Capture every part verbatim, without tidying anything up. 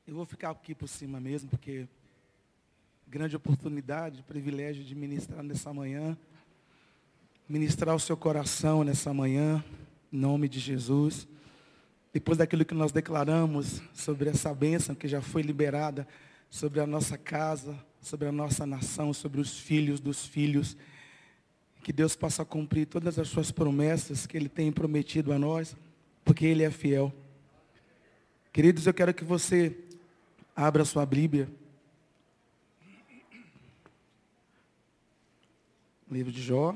Eu vou ficar aqui por cima mesmo, porque grande oportunidade, privilégio de ministrar nessa manhã, ministrar o seu coração nessa manhã, em nome de Jesus. Depois daquilo que nós declaramos sobre essa bênção que já foi liberada sobre a nossa casa, sobre a nossa nação, sobre os filhos dos filhos, que Deus possa cumprir todas as suas promessas que Ele tem prometido a nós, porque Ele é fiel. Queridos, eu quero que você abra a sua Bíblia. Livro de Jó.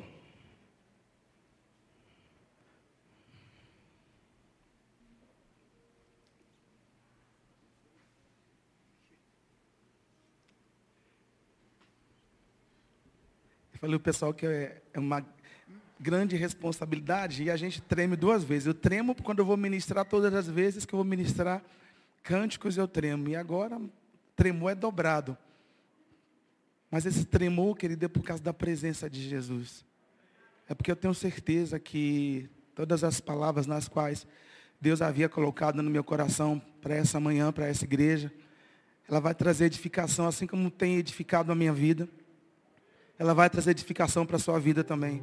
Eu falei o pessoal que é, é uma grande responsabilidade e a gente treme duas vezes. Eu tremo quando eu vou ministrar, todas as vezes que eu vou ministrar cânticos eu tremo. E agora, tremor é dobrado. Mas esse tremor, querido, é por causa da presença de Jesus. É porque eu tenho certeza que todas as palavras nas quais Deus havia colocado no meu coração para essa manhã, para essa igreja, ela vai trazer edificação, assim como tem edificado a minha vida. Ela vai trazer edificação para a sua vida também.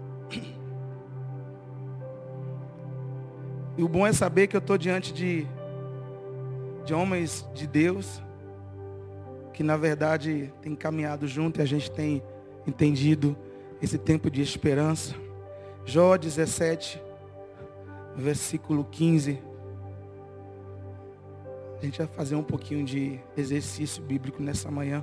E o bom é saber que eu estou diante de, de homens de Deus, que na verdade tem caminhado junto e a gente tem entendido esse tempo de esperança. Jó dezessete, versículo quinze. A gente vai fazer um pouquinho de exercício bíblico nessa manhã.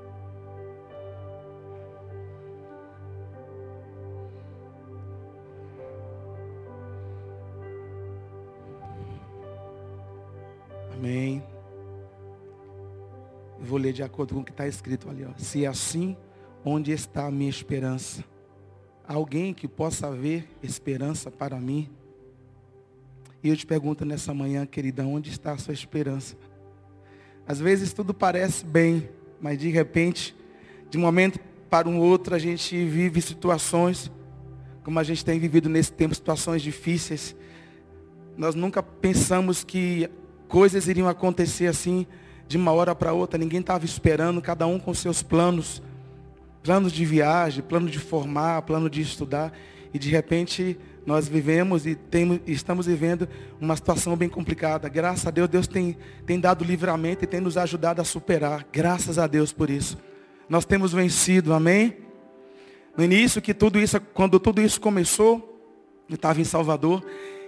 Amém. Eu vou ler de acordo com o que está escrito ali, ó. Se é assim, onde está a minha esperança? Alguém que possa haver esperança para mim? E eu te pergunto nessa manhã, querida, onde está a sua esperança? Às vezes tudo parece bem, mas de repente, de um momento para um outro, a gente vive situações, como a gente tem vivido nesse tempo, situações difíceis. Nós nunca pensamos que coisas iriam acontecer assim, de uma hora para outra. Ninguém estava esperando, cada um com seus planos. Planos de viagem, plano de formar, plano de estudar. E de repente, nós vivemos e temos, estamos vivendo uma situação bem complicada. Graças a Deus, Deus tem, tem dado livramento e tem nos ajudado a superar. Graças a Deus por isso. Nós temos vencido, amém? No início, que tudo isso, quando tudo isso começou, eu estava em Salvador.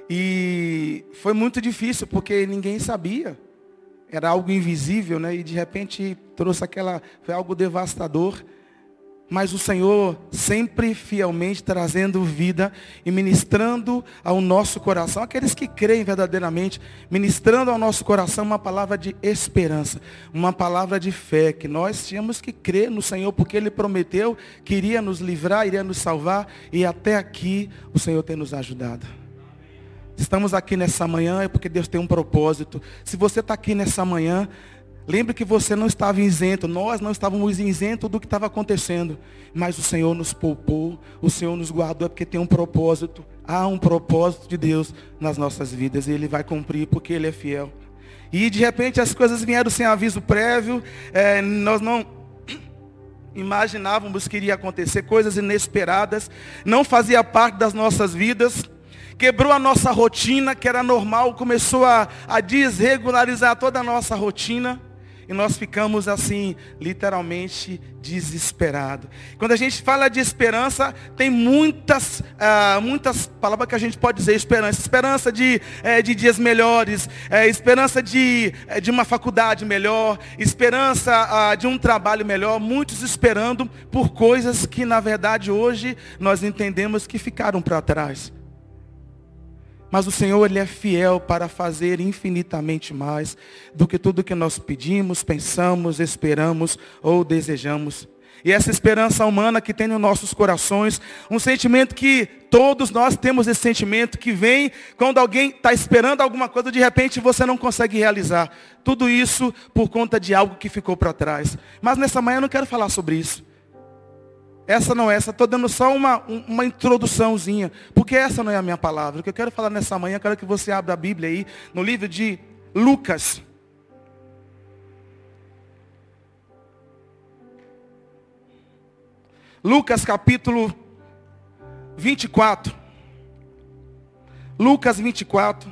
E foi muito difícil, porque ninguém sabia. Era algo invisível, né? E de repente trouxe aquela... Foi algo devastador. Mas o Senhor sempre fielmente trazendo vida e ministrando ao nosso coração, aqueles que creem verdadeiramente, ministrando ao nosso coração uma palavra de esperança, uma palavra de fé, que nós tínhamos que crer no Senhor, porque Ele prometeu que iria nos livrar, iria nos salvar, e até aqui o Senhor tem nos ajudado. Estamos aqui nessa manhã é porque Deus tem um propósito. Se você está aqui nessa manhã, lembre que você não estava isento. Nós não estávamos isentos do que estava acontecendo. Mas o Senhor nos poupou. O Senhor nos guardou porque tem um propósito. Há um propósito de Deus nas nossas vidas. E Ele vai cumprir porque Ele é fiel. E de repente as coisas vieram sem aviso prévio. É, nós não imaginávamos que iria acontecer. Coisas inesperadas. Não fazia parte das nossas vidas. Quebrou a nossa rotina, que era normal, começou a, a desregularizar toda a nossa rotina. E nós ficamos assim, literalmente desesperados. Quando a gente fala de esperança, tem muitas, ah, muitas palavras que a gente pode dizer esperança. Esperança de, é, de dias melhores, é, esperança de, é, de uma faculdade melhor, esperança ah, de um trabalho melhor. Muitos esperando por coisas que na verdade hoje nós entendemos que ficaram para trás. Mas o Senhor, Ele é fiel para fazer infinitamente mais do que tudo que nós pedimos, pensamos, esperamos ou desejamos. E essa esperança humana que tem nos nossos corações, um sentimento que todos nós temos esse sentimento que vem quando alguém está esperando alguma coisa, de repente você não consegue realizar. Tudo isso por conta de algo que ficou para trás. Mas nessa manhã eu não quero falar sobre isso. Essa não é essa, estou dando só uma, uma introduçãozinha, porque essa não é a minha palavra. O que eu quero falar nessa manhã, eu quero que você abra a Bíblia aí, no livro de Lucas. Lucas capítulo vinte e quatro. Lucas vinte e quatro.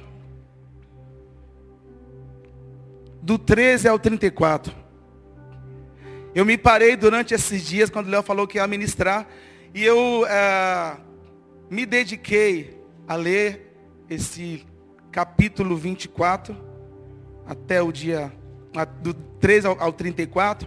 Do treze ao trinta e quatro. Eu me parei durante esses dias, quando o Léo falou que ia ministrar. E eu é, me dediquei a ler esse capítulo vinte e quatro. Até o dia, do treze ao, ao trinta e quatro.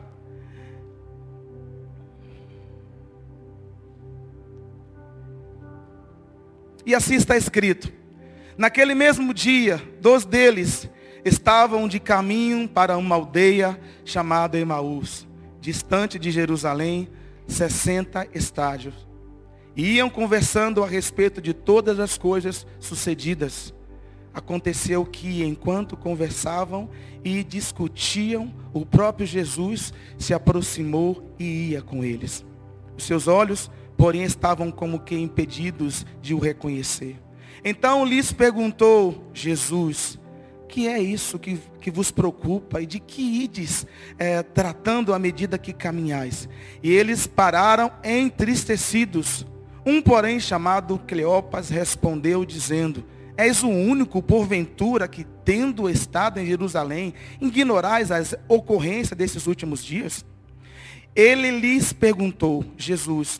E assim está escrito. Naquele mesmo dia, dois deles estavam de caminho para uma aldeia chamada Emaús, distante de Jerusalém, sessenta estádios. E iam conversando a respeito de todas as coisas sucedidas. Aconteceu que, enquanto conversavam e discutiam, o próprio Jesus se aproximou e ia com eles. Os seus olhos, porém, estavam como que impedidos de o reconhecer. Então lhes perguntou Jesus: que é isso que, que vos preocupa e de que ides é, tratando à medida que caminhais? E eles pararam entristecidos. Um, porém, chamado Cleopas, respondeu dizendo: és o único, porventura, que, tendo estado em Jerusalém, ignorais as ocorrências desses últimos dias? Ele lhes perguntou, Jesus: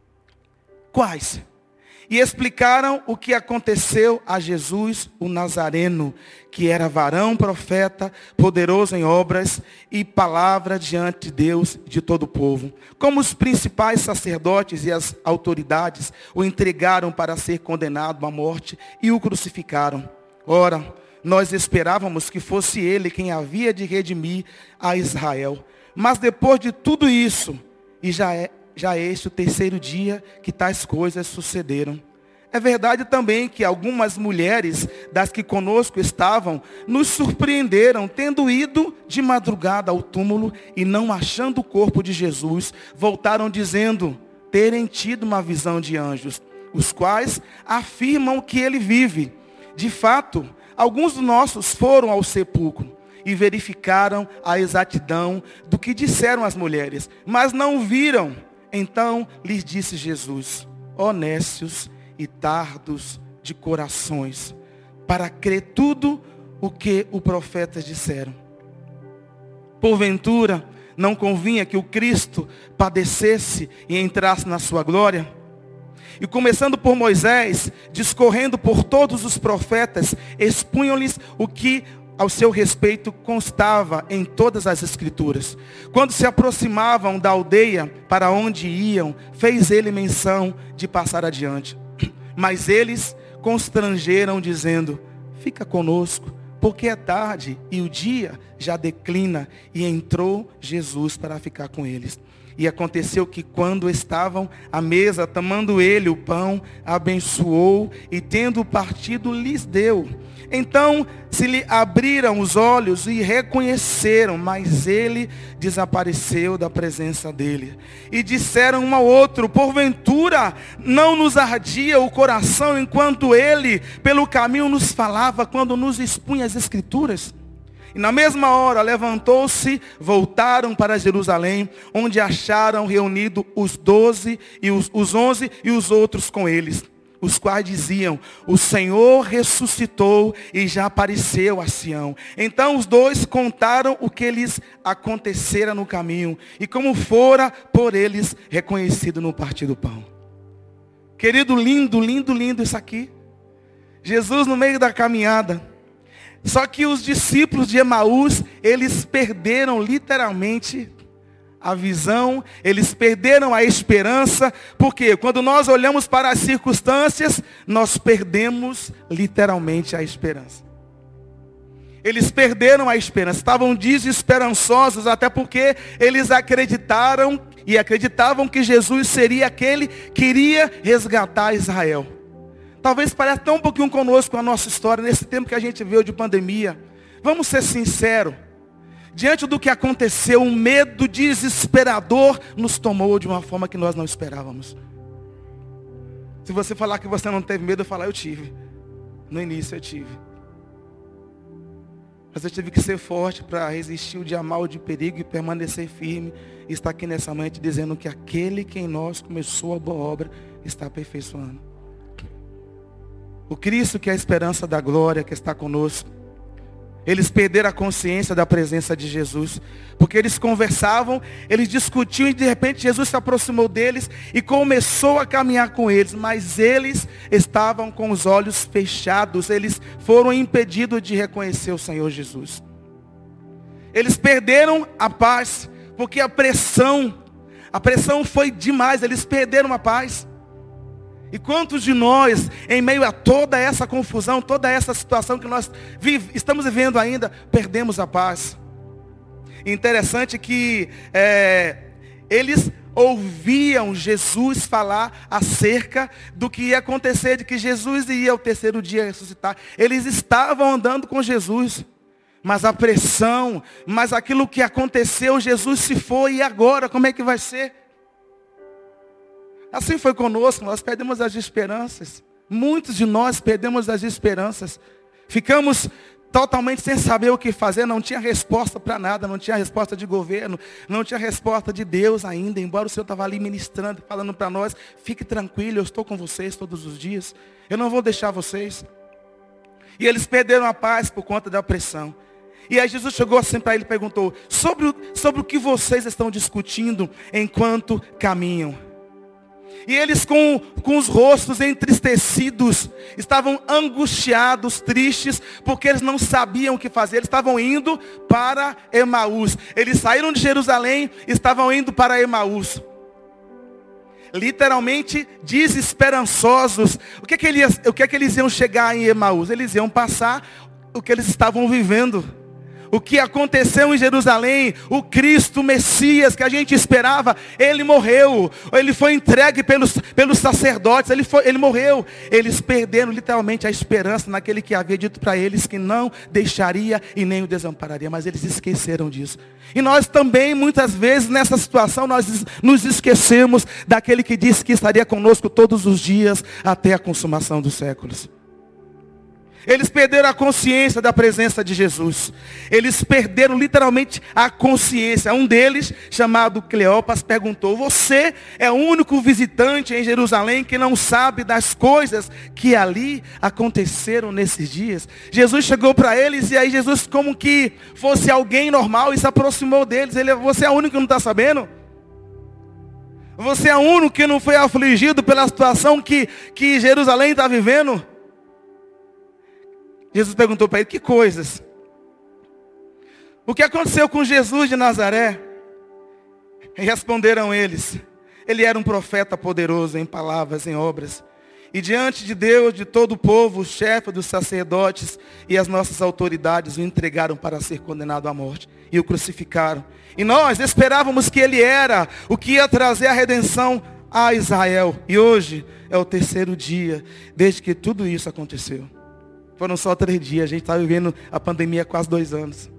quais? E explicaram o que aconteceu a Jesus, o Nazareno, que era varão profeta, poderoso em obras e palavra diante de Deus e de todo o povo. Como os principais sacerdotes e as autoridades o entregaram para ser condenado à morte e o crucificaram. Ora, nós esperávamos que fosse ele quem havia de redimir a Israel. Mas depois de tudo isso, e já é Já é este o terceiro dia que tais coisas sucederam. É verdade também que algumas mulheres das que conosco estavam nos surpreenderam, tendo ido de madrugada ao túmulo e não achando o corpo de Jesus, voltaram dizendo terem tido uma visão de anjos, os quais afirmam que ele vive. De fato, alguns dos nossos foram ao sepulcro e verificaram a exatidão do que disseram as mulheres, mas não viram. Então lhes disse Jesus: ó nécios e tardos de corações, para crer tudo o que os profetas disseram. Porventura, não convinha que o Cristo padecesse e entrasse na sua glória? E começando por Moisés, discorrendo por todos os profetas, expunham-lhes o que ao seu respeito constava em todas as escrituras. Quando se aproximavam da aldeia para onde iam, fez ele menção de passar adiante. Mas eles constrangeram, dizendo: fica conosco, porque é tarde e o dia já declina. E entrou Jesus para ficar com eles. E aconteceu que quando estavam à mesa, tomando ele o pão, abençoou e tendo partido, lhes deu. Então se lhe abriram os olhos e reconheceram, mas ele desapareceu da presença dele. E disseram um ao outro: porventura não nos ardia o coração enquanto ele pelo caminho nos falava, quando nos expunha as escrituras? E na mesma hora levantou-se, voltaram para Jerusalém, onde acharam reunidos os doze, e os, os onze e os outros com eles, os quais diziam: o Senhor ressuscitou e já apareceu a Sião. Então os dois contaram o que lhes acontecera no caminho, e como fora por eles reconhecido no partir do pão. Querido, lindo, lindo, lindo isso aqui. Jesus no meio da caminhada. Só que os discípulos de Emaús, eles perderam literalmente a visão, eles perderam a esperança, porque quando nós olhamos para as circunstâncias, nós perdemos literalmente a esperança. Eles perderam a esperança, estavam desesperançosos, até porque eles acreditaram e acreditavam que Jesus seria aquele que iria resgatar Israel. Talvez pareça tão um pouquinho conosco a nossa história, nesse tempo que a gente veio de pandemia. Vamos ser sinceros. Diante do que aconteceu, um medo desesperador nos tomou de uma forma que nós não esperávamos. Se você falar que você não teve medo, eu falar: eu tive. No início eu tive. Mas eu tive que ser forte para resistir o dia mau de perigo e permanecer firme. E estar aqui nessa manhã te dizendo que aquele que em nós começou a boa obra está aperfeiçoando. O Cristo que é a esperança da glória, que está conosco. Eles perderam a consciência da presença de Jesus. Porque eles conversavam, eles discutiam e de repente Jesus se aproximou deles e começou a caminhar com eles. Mas eles estavam com os olhos fechados. Eles foram impedidos de reconhecer o Senhor Jesus. Eles perderam a paz porque a pressão, a pressão foi demais. Eles perderam a paz. E quantos de nós, em meio a toda essa confusão, toda essa situação que nós vive, estamos vivendo ainda, perdemos a paz. Interessante que é, eles ouviam Jesus falar acerca do que ia acontecer, de que Jesus ia ao terceiro dia ressuscitar. Eles estavam andando com Jesus, mas a pressão, mas aquilo que aconteceu, Jesus se foi, e agora como é que vai ser? Assim foi conosco, nós perdemos as esperanças. Muitos de nós perdemos as esperanças. Ficamos totalmente sem saber o que fazer, não tinha resposta para nada, não tinha resposta de governo, não tinha resposta de Deus ainda, embora o Senhor estava ali ministrando, falando para nós, fique tranquilo, eu estou com vocês todos os dias, eu não vou deixar vocês. E eles perderam a paz por conta da pressão. E aí Jesus chegou assim para ele e perguntou, sobre o, sobre o que vocês estão discutindo enquanto caminham? E eles com, com os rostos entristecidos, estavam angustiados, tristes, porque eles não sabiam o que fazer. Eles estavam indo para Emaús. Eles saíram de Jerusalém, estavam indo para Emaús. Literalmente desesperançosos. O que é que eles, o que é que eles iam chegar em Emaús? Eles iam passar o que eles estavam vivendo. O que aconteceu em Jerusalém, o Cristo Messias que a gente esperava, ele morreu. Ele foi entregue pelos, pelos sacerdotes, ele, foi, ele morreu. Eles perderam literalmente a esperança naquele que havia dito para eles que não deixaria e nem o desampararia. Mas eles esqueceram disso. E nós também, muitas vezes, nessa situação, nós nos esquecemos daquele que disse que estaria conosco todos os dias até a consumação dos séculos. Eles perderam a consciência da presença de Jesus. Eles perderam literalmente a consciência. Um deles, chamado Cleopas, perguntou, você é o único visitante em Jerusalém que não sabe das coisas que ali aconteceram nesses dias? Jesus chegou para eles e aí Jesus, como que fosse alguém normal, e se aproximou deles. Ele, você é o único que não está sabendo? Você é o único que não foi afligido pela situação que, que Jerusalém está vivendo? Jesus perguntou para ele, que coisas? O que aconteceu com Jesus de Nazaré? E responderam eles, ele era um profeta poderoso em palavras, em obras. E diante de Deus, de todo o povo, o chefe dos sacerdotes e as nossas autoridades o entregaram para ser condenado à morte. E o crucificaram. E nós esperávamos que ele era o que ia trazer a redenção a Israel. E hoje é o terceiro dia desde que tudo isso aconteceu. Foram só três dias, a gente está vivendo a pandemia há quase dois anos.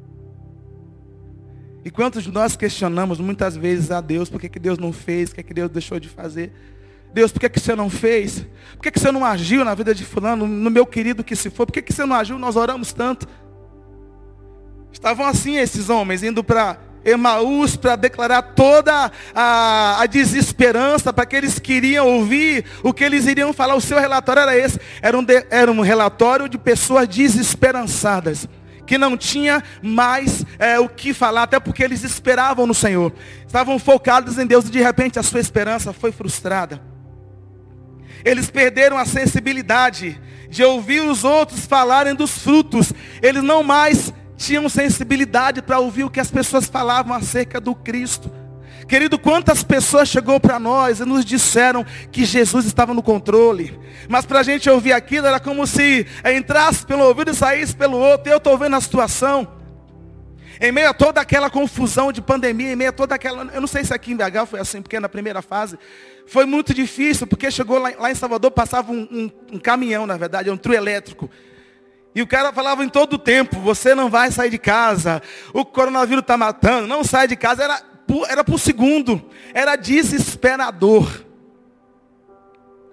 E quantos de nós questionamos muitas vezes a Deus, por que, que Deus não fez, o que, que Deus deixou de fazer? Deus, por que, que você não fez? Por que, que você não agiu na vida de fulano, no meu querido que se foi? Por que, que você não agiu? Nós oramos tanto. Estavam assim esses homens, indo para Emaús para declarar toda a, a desesperança para que eles queriam ouvir o que eles iriam falar. O seu relatório era esse, era um, de, era um relatório de pessoas desesperançadas, que não tinha mais é, o que falar, até porque eles esperavam no Senhor, estavam focados em Deus e de repente a sua esperança foi frustrada. Eles perderam a sensibilidade de ouvir os outros falarem dos frutos, eles não mais tinham sensibilidade para ouvir o que as pessoas falavam acerca do Cristo. Querido, quantas pessoas chegou para nós e nos disseram que Jesus estava no controle. Mas para a gente ouvir aquilo, era como se entrasse pelo ouvido e saísse pelo outro. E eu estou vendo a situação. Em meio a toda aquela confusão de pandemia, em meio a toda aquela... Eu não sei se aqui em B H foi assim, porque na primeira fase foi muito difícil, porque chegou lá, lá em Salvador, passava um, um, um caminhão, na verdade, um trio elétrico. E o cara falava em todo o tempo, você não vai sair de casa, o coronavírus está matando, não sai de casa, era por, era por segundo, era desesperador.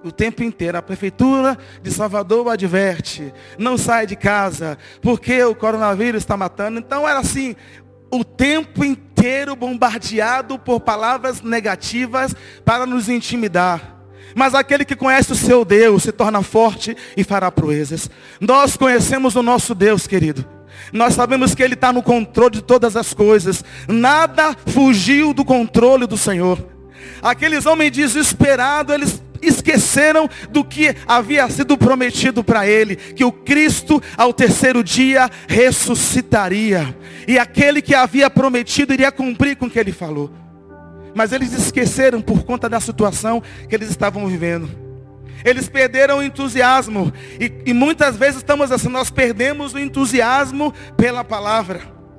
O tempo inteiro. A prefeitura de Salvador adverte. Não sai de casa, porque o coronavírus está matando. Então era assim, o tempo inteiro bombardeado por palavras negativas para nos intimidar. Mas aquele que conhece o seu Deus se torna forte e fará proezas. Nós conhecemos o nosso Deus, querido. Nós sabemos que Ele está no controle de todas as coisas. Nada fugiu do controle do Senhor. Aqueles homens desesperados, eles esqueceram do que havia sido prometido para ele, que o Cristo ao terceiro dia ressuscitaria, e aquele que havia prometido iria cumprir com o que ele falou. Mas eles esqueceram por conta da situação que eles estavam vivendo. Eles perderam o entusiasmo, e, e muitas vezes estamos assim, nós perdemos o entusiasmo pela palavra.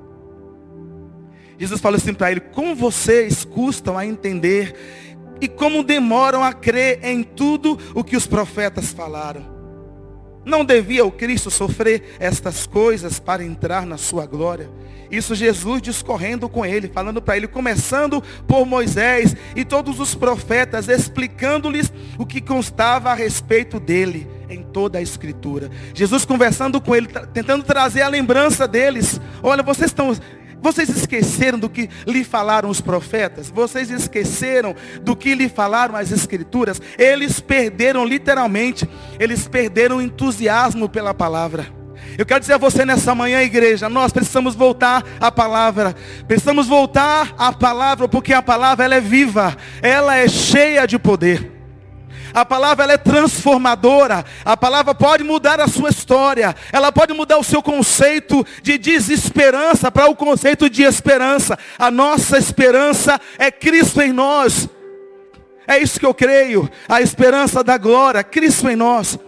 Jesus falou assim para ele: como vocês custam a entender e como demoram a crer em tudo o que os profetas falaram. Não devia o Cristo sofrer estas coisas para entrar na sua glória? Isso Jesus discorrendo com ele, falando para ele, começando por Moisés e todos os profetas, explicando-lhes o que constava a respeito dele em toda a Escritura. Jesus conversando com ele, tentando trazer a lembrança deles. Olha, vocês estão... Vocês esqueceram do que lhe falaram os profetas? Vocês esqueceram do que lhe falaram as Escrituras? Eles perderam literalmente, eles perderam o entusiasmo pela palavra. Eu quero dizer a você nessa manhã, igreja, nós precisamos voltar à palavra. Precisamos voltar à palavra, porque a palavra ela é viva, ela é cheia de poder. A palavra ela é transformadora. A palavra pode mudar a sua história. Ela pode mudar o seu conceito de desesperança para o conceito de esperança. A nossa esperança é Cristo em nós. É isso que eu creio. A esperança da glória, Cristo em nós.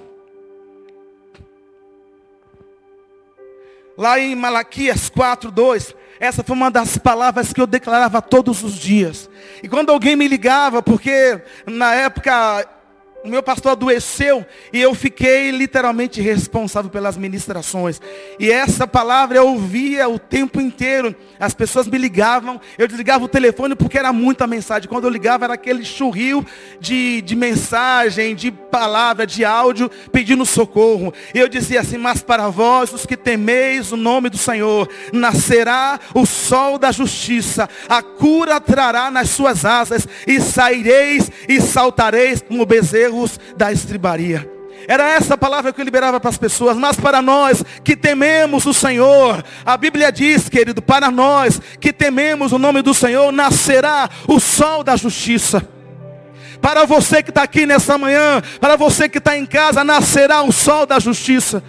Lá em Malaquias quatro, dois, essa foi uma das palavras que eu declarava todos os dias. E quando alguém me ligava, porque na época o meu pastor adoeceu e eu fiquei literalmente responsável pelas ministrações. E essa palavra eu ouvia o tempo inteiro. As pessoas me ligavam, eu desligava o telefone porque era muita mensagem. Quando eu ligava era aquele churril de, de mensagem, de palavra, de áudio, pedindo socorro. E eu dizia assim: mas para vós, os que temeis o nome do Senhor, nascerá o sol da justiça, a cura trará nas suas asas, e saireis e saltareis como bezerros da estribaria. Era essa palavra que eu liberava para as pessoas. Mas para nós que tememos o Senhor, a Bíblia diz, querido, para nós que tememos o nome do Senhor, nascerá o sol da justiça. Para você que está aqui nessa manhã, para você que está em casa, nascerá o sol da justiça.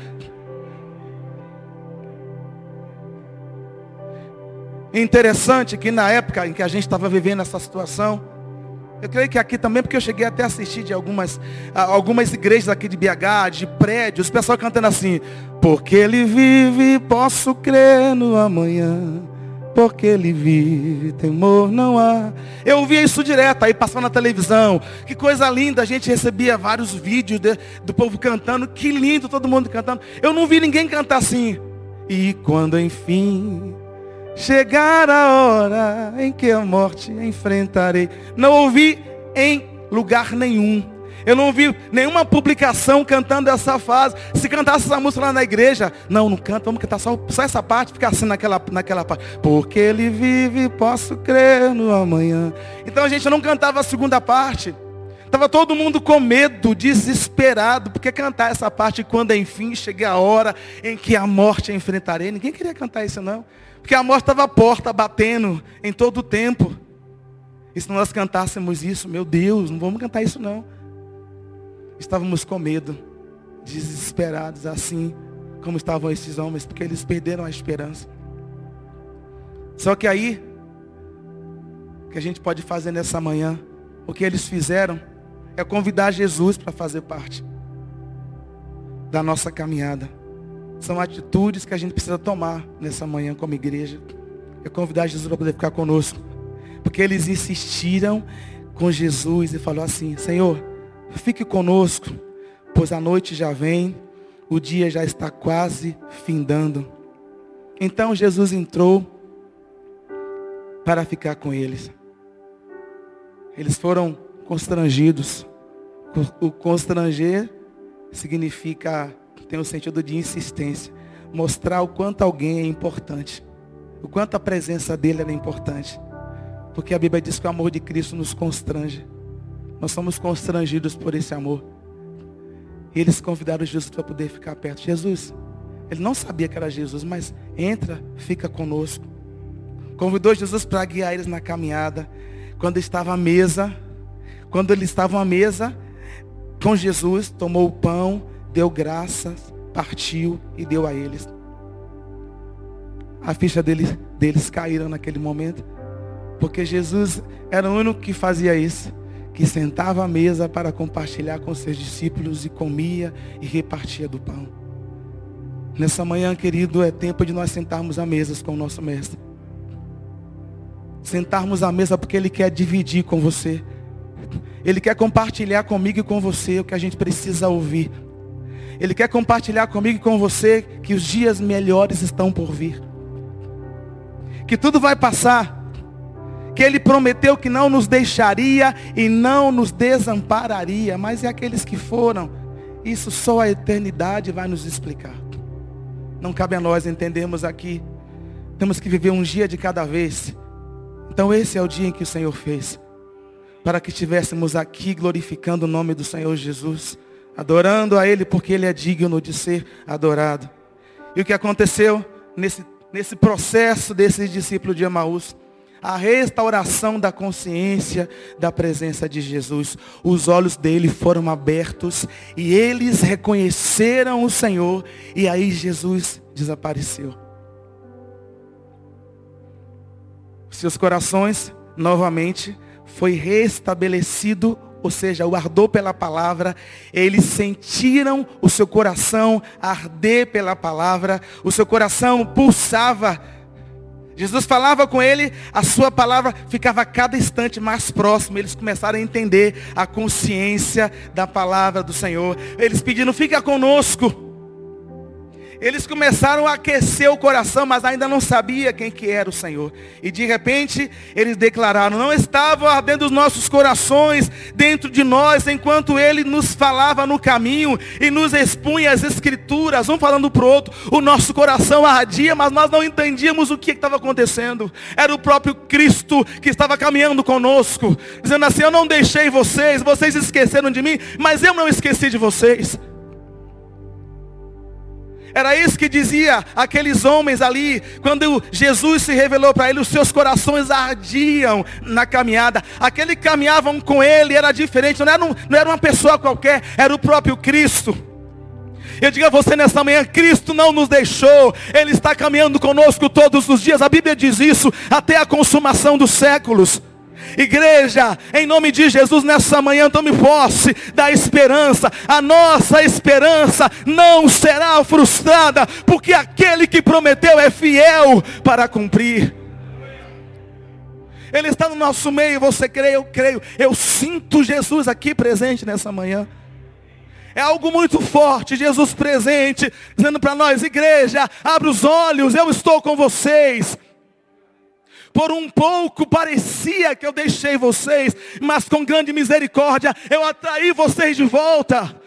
Interessante que na época em que a gente estava vivendo essa situação, eu creio que aqui também, porque eu cheguei até a assistir de algumas, algumas igrejas aqui de B H, de prédios, o pessoal cantando assim: porque Ele vive, posso crer no amanhã, porque Ele vive, temor não há. Eu ouvia isso direto, aí passava na televisão, que coisa linda, a gente recebia vários vídeos de, do povo cantando, que lindo, todo mundo cantando. Eu não vi ninguém cantar assim: e quando enfim chegar a hora em que a morte enfrentarei. Não ouvi em lugar nenhum. Eu não vi nenhuma publicação cantando essa fase. Se cantasse essa música lá na igreja, não, não canta, vamos cantar só, só essa parte, ficar assim naquela, naquela parte. Porque Ele vive, posso crer no amanhã. Então a gente não cantava a segunda parte. Estava todo mundo com medo, desesperado, porque cantar essa parte, quando enfim chegar a hora em que a morte enfrentarei. Ninguém queria cantar isso não. Porque a morte estava à porta, batendo em todo o tempo. E se nós cantássemos isso, meu Deus, não vamos cantar isso não. Estávamos com medo, desesperados, assim como estavam esses homens, porque eles perderam a esperança. Só que aí, o que a gente pode fazer nessa manhã, o que eles fizeram, é convidar Jesus para fazer parte da nossa caminhada. São atitudes que a gente precisa tomar nessa manhã como igreja. É convidar Jesus para poder ficar conosco. Porque eles insistiram com Jesus e falou assim: Senhor, fique conosco, pois a noite já vem, o dia já está quase findando. Então Jesus entrou para ficar com eles. Eles foram constrangidos, O constranger significa, tem o sentido de insistência. Mostrar o quanto alguém é importante. O quanto a presença dele era importante. Porque a Bíblia diz que o amor de Cristo nos constrange. Nós somos constrangidos por esse amor. E eles convidaram Jesus para poder ficar perto. Jesus, ele não sabia que era Jesus, mas entra, fica conosco. Convidou Jesus para guiar eles na caminhada. Quando estava à mesa, quando eles estavam à mesa com Jesus, tomou o pão, deu graças, partiu e deu a eles. A ficha deles, deles caíram naquele momento. Porque Jesus era o único que fazia isso. Que sentava à mesa para compartilhar com seus discípulos e comia e repartia do pão. Nessa manhã, querido, é tempo de nós sentarmos à mesa com o nosso mestre. Sentarmos à mesa porque ele quer dividir com você. Ele quer compartilhar comigo e com você o que a gente precisa ouvir. Ele quer compartilhar comigo e com você que os dias melhores estão por vir. Que tudo vai passar. Que ele prometeu que não nos deixaria e não nos desampararia. Mas é aqueles que foram. Isso só a eternidade vai nos explicar. Não cabe a nós entendermos aqui. Temos que viver um dia de cada vez. Então esse é o dia em que o Senhor fez. Para que estivéssemos aqui glorificando o nome do Senhor Jesus. Adorando a Ele porque Ele é digno de ser adorado. E o que aconteceu nesse, nesse processo desses discípulos de Emaús? A restauração da consciência da presença de Jesus. Os olhos dele foram abertos e eles reconheceram o Senhor. E aí Jesus desapareceu. Seus corações, novamente, foi restabelecido, ou seja, o ardor pela palavra. Eles sentiram o seu coração arder pela palavra. O seu coração pulsava. Jesus falava com ele, a sua palavra ficava a cada instante mais próximo. Eles começaram a entender a consciência da palavra do Senhor. Eles pedindo, fica conosco. Eles começaram a aquecer o coração, mas ainda não sabia quem que era o Senhor. E de repente, eles declararam, não estavam ardendo os nossos corações dentro de nós, enquanto Ele nos falava no caminho e nos expunha as Escrituras, um falando para o outro. O nosso coração ardia, mas nós não entendíamos o que estava acontecendo. Era o próprio Cristo que estava caminhando conosco, dizendo assim, eu não deixei vocês, vocês esqueceram de mim, mas eu não esqueci de vocês. Era isso que dizia aqueles homens ali, quando Jesus se revelou para eles, os seus corações ardiam na caminhada. Aqueles que caminhavam com ele era diferente, não era, um, não era uma pessoa qualquer, era o próprio Cristo. Eu digo a você nessa manhã, Cristo não nos deixou, Ele está caminhando conosco todos os dias. A Bíblia diz isso, até a consumação dos séculos. Igreja, em nome de Jesus, nessa manhã tome posse da esperança. A nossa esperança não será frustrada, porque aquele que prometeu é fiel para cumprir. Ele está no nosso meio, você crê, eu creio. Eu sinto Jesus aqui presente nessa manhã. É algo muito forte, Jesus presente, dizendo para nós, igreja, abre os olhos, eu estou com vocês. Por um pouco parecia que eu deixei vocês, mas com grande misericórdia eu atraí vocês de volta.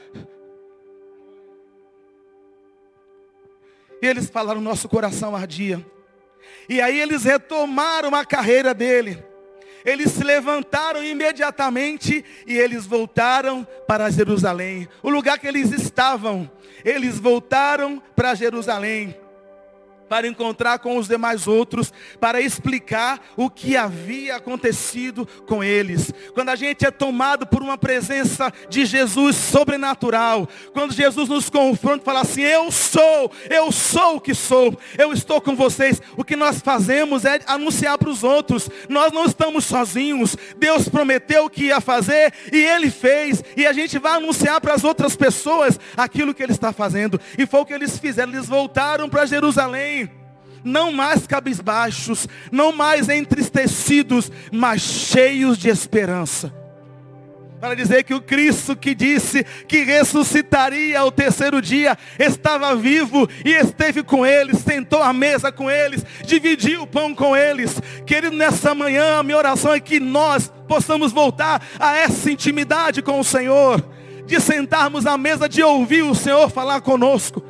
E eles falaram, nosso coração ardia. E aí eles retomaram a carreira dele. Eles se levantaram imediatamente e eles voltaram para Jerusalém. O lugar que eles estavam, eles voltaram para Jerusalém. Para encontrar com os demais outros, para explicar o que havia acontecido com eles. Quando a gente é tomado por uma presença de Jesus sobrenatural, quando Jesus nos confronta e fala assim, eu sou, eu sou o que sou, eu estou com vocês. O que nós fazemos é anunciar para os outros, nós não estamos sozinhos, Deus prometeu que ia fazer e Ele fez, e a gente vai anunciar para as outras pessoas aquilo que Ele está fazendo. E foi o que eles fizeram, eles voltaram para Jerusalém. Não mais cabisbaixos, não mais entristecidos, mas cheios de esperança. Para dizer que o Cristo que disse que ressuscitaria ao terceiro dia, estava vivo e esteve com eles, sentou à mesa com eles, dividiu o pão com eles. Querido, nessa manhã a minha oração é que nós possamos voltar a essa intimidade com o Senhor. de sentarmos à mesa, de ouvir o Senhor falar conosco.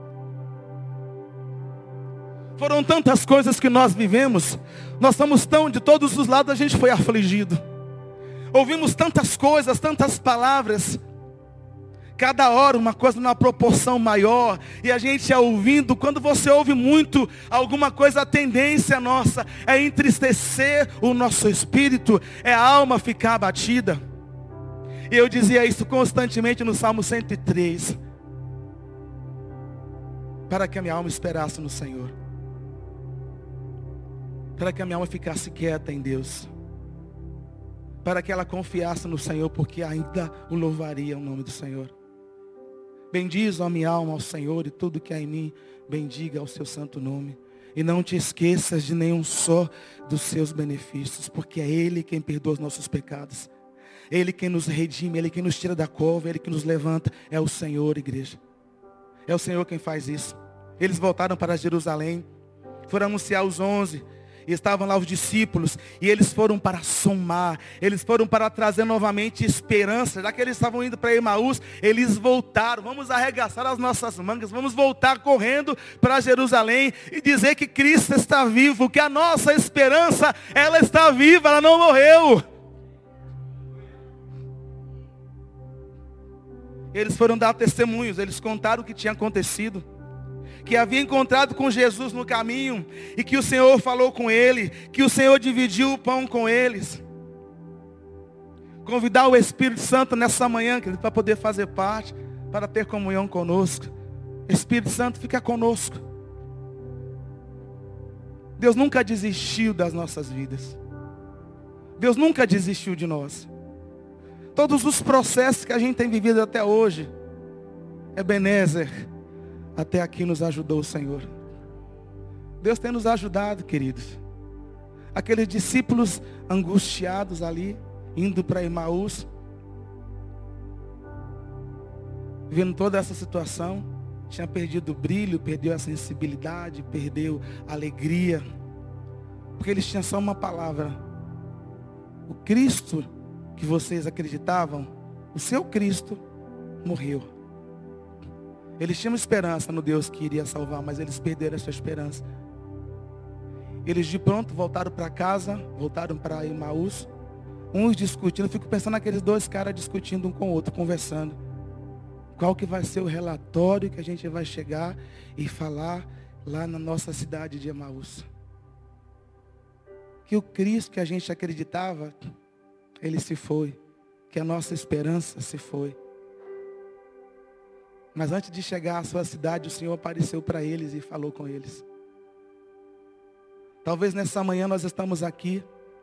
Foram tantas coisas que nós vivemos. Nós somos tão, de todos os lados a gente foi afligido. Ouvimos tantas coisas, tantas palavras. Cada hora uma coisa numa proporção maior. E a gente é ouvindo. Quando você ouve muito alguma coisa, a tendência nossa é entristecer o nosso espírito. É a alma ficar abatida. E eu dizia isso constantemente no Salmo cento e três. Para que a minha alma esperasse no Senhor. Para que a minha alma ficasse quieta em Deus. Para que ela confiasse no Senhor, porque ainda o louvaria o nome do Senhor. Bendiz a minha alma ao Senhor e tudo que há em mim, bendiga ao seu santo nome. E não te esqueças de nenhum só dos seus benefícios, porque é Ele quem perdoa os nossos pecados. Ele quem nos redime, Ele quem nos tira da cova, Ele que nos levanta. É o Senhor, igreja. É o Senhor quem faz isso. Eles voltaram para Jerusalém, foram anunciar os onze. E estavam lá os discípulos, e eles foram para somar, eles foram para trazer novamente esperança. Já que eles estavam indo para Emaús, eles voltaram. Vamos arregaçar as nossas mangas, vamos voltar correndo para Jerusalém e dizer que Cristo está vivo, que a nossa esperança, ela está viva, ela não morreu. Eles foram dar testemunhos, eles contaram o que tinha acontecido. Que havia encontrado com Jesus no caminho, e que o Senhor falou com ele, que o Senhor dividiu o pão com eles. Convidar o Espírito Santo nessa manhã, querido, para poder fazer parte, para ter comunhão conosco. Espírito Santo, fica conosco. Deus nunca desistiu das nossas vidas. Deus nunca desistiu de nós. Todos os processos que a gente tem vivido até hoje, Ebenezer, até aqui nos ajudou o Senhor. Deus tem nos ajudado, queridos. Aqueles discípulos angustiados ali, indo para Emaús, vendo toda essa situação, tinha perdido o brilho, perdeu a sensibilidade, perdeu a alegria, porque eles tinham só uma palavra: o Cristo que vocês acreditavam, o seu Cristo morreu. Eles tinham esperança no Deus que iria salvar, mas eles perderam essa esperança. Eles de pronto voltaram para casa, voltaram para Emaús, uns discutindo. Eu fico pensando naqueles dois caras discutindo um com o outro, conversando. Qual que vai ser o relatório que a gente vai chegar e falar lá na nossa cidade de Emaús? Que o Cristo que a gente acreditava, ele se foi. Que a nossa esperança se foi. Mas antes de chegar à sua cidade, o Senhor apareceu para eles e falou com eles. Talvez nessa manhã nós estamos aqui,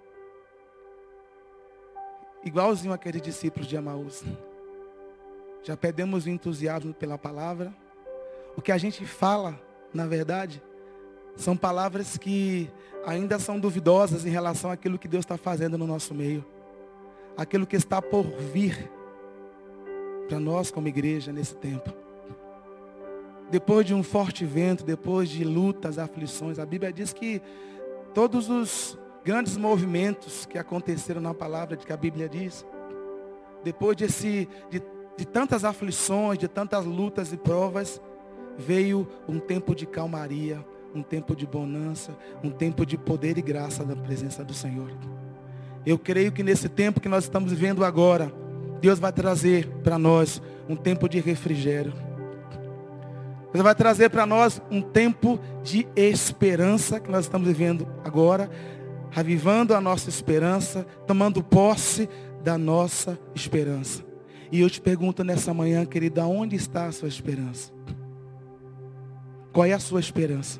igualzinho aqueles discípulos de Emaús. Já perdemos o entusiasmo pela palavra. O que a gente fala, na verdade, são palavras que ainda são duvidosas em relação àquilo que Deus está fazendo no nosso meio. Aquilo que está por vir para nós como igreja nesse tempo. Depois de um forte vento, depois de lutas, aflições, a Bíblia diz que todos os grandes movimentos que aconteceram na palavra, de que a Bíblia diz, depois desse, de, de tantas aflições, de tantas lutas e provas, veio um tempo de calmaria, um tempo de bonança, um tempo de poder e graça da presença do Senhor. Eu creio que nesse tempo que nós estamos vivendo agora, Deus vai trazer para nós um tempo de refrigério. Deus vai trazer para nós um tempo de esperança que nós estamos vivendo agora, avivando a nossa esperança, tomando posse da nossa esperança. E eu te pergunto nessa manhã, querida, onde está a sua esperança? Qual é a sua esperança?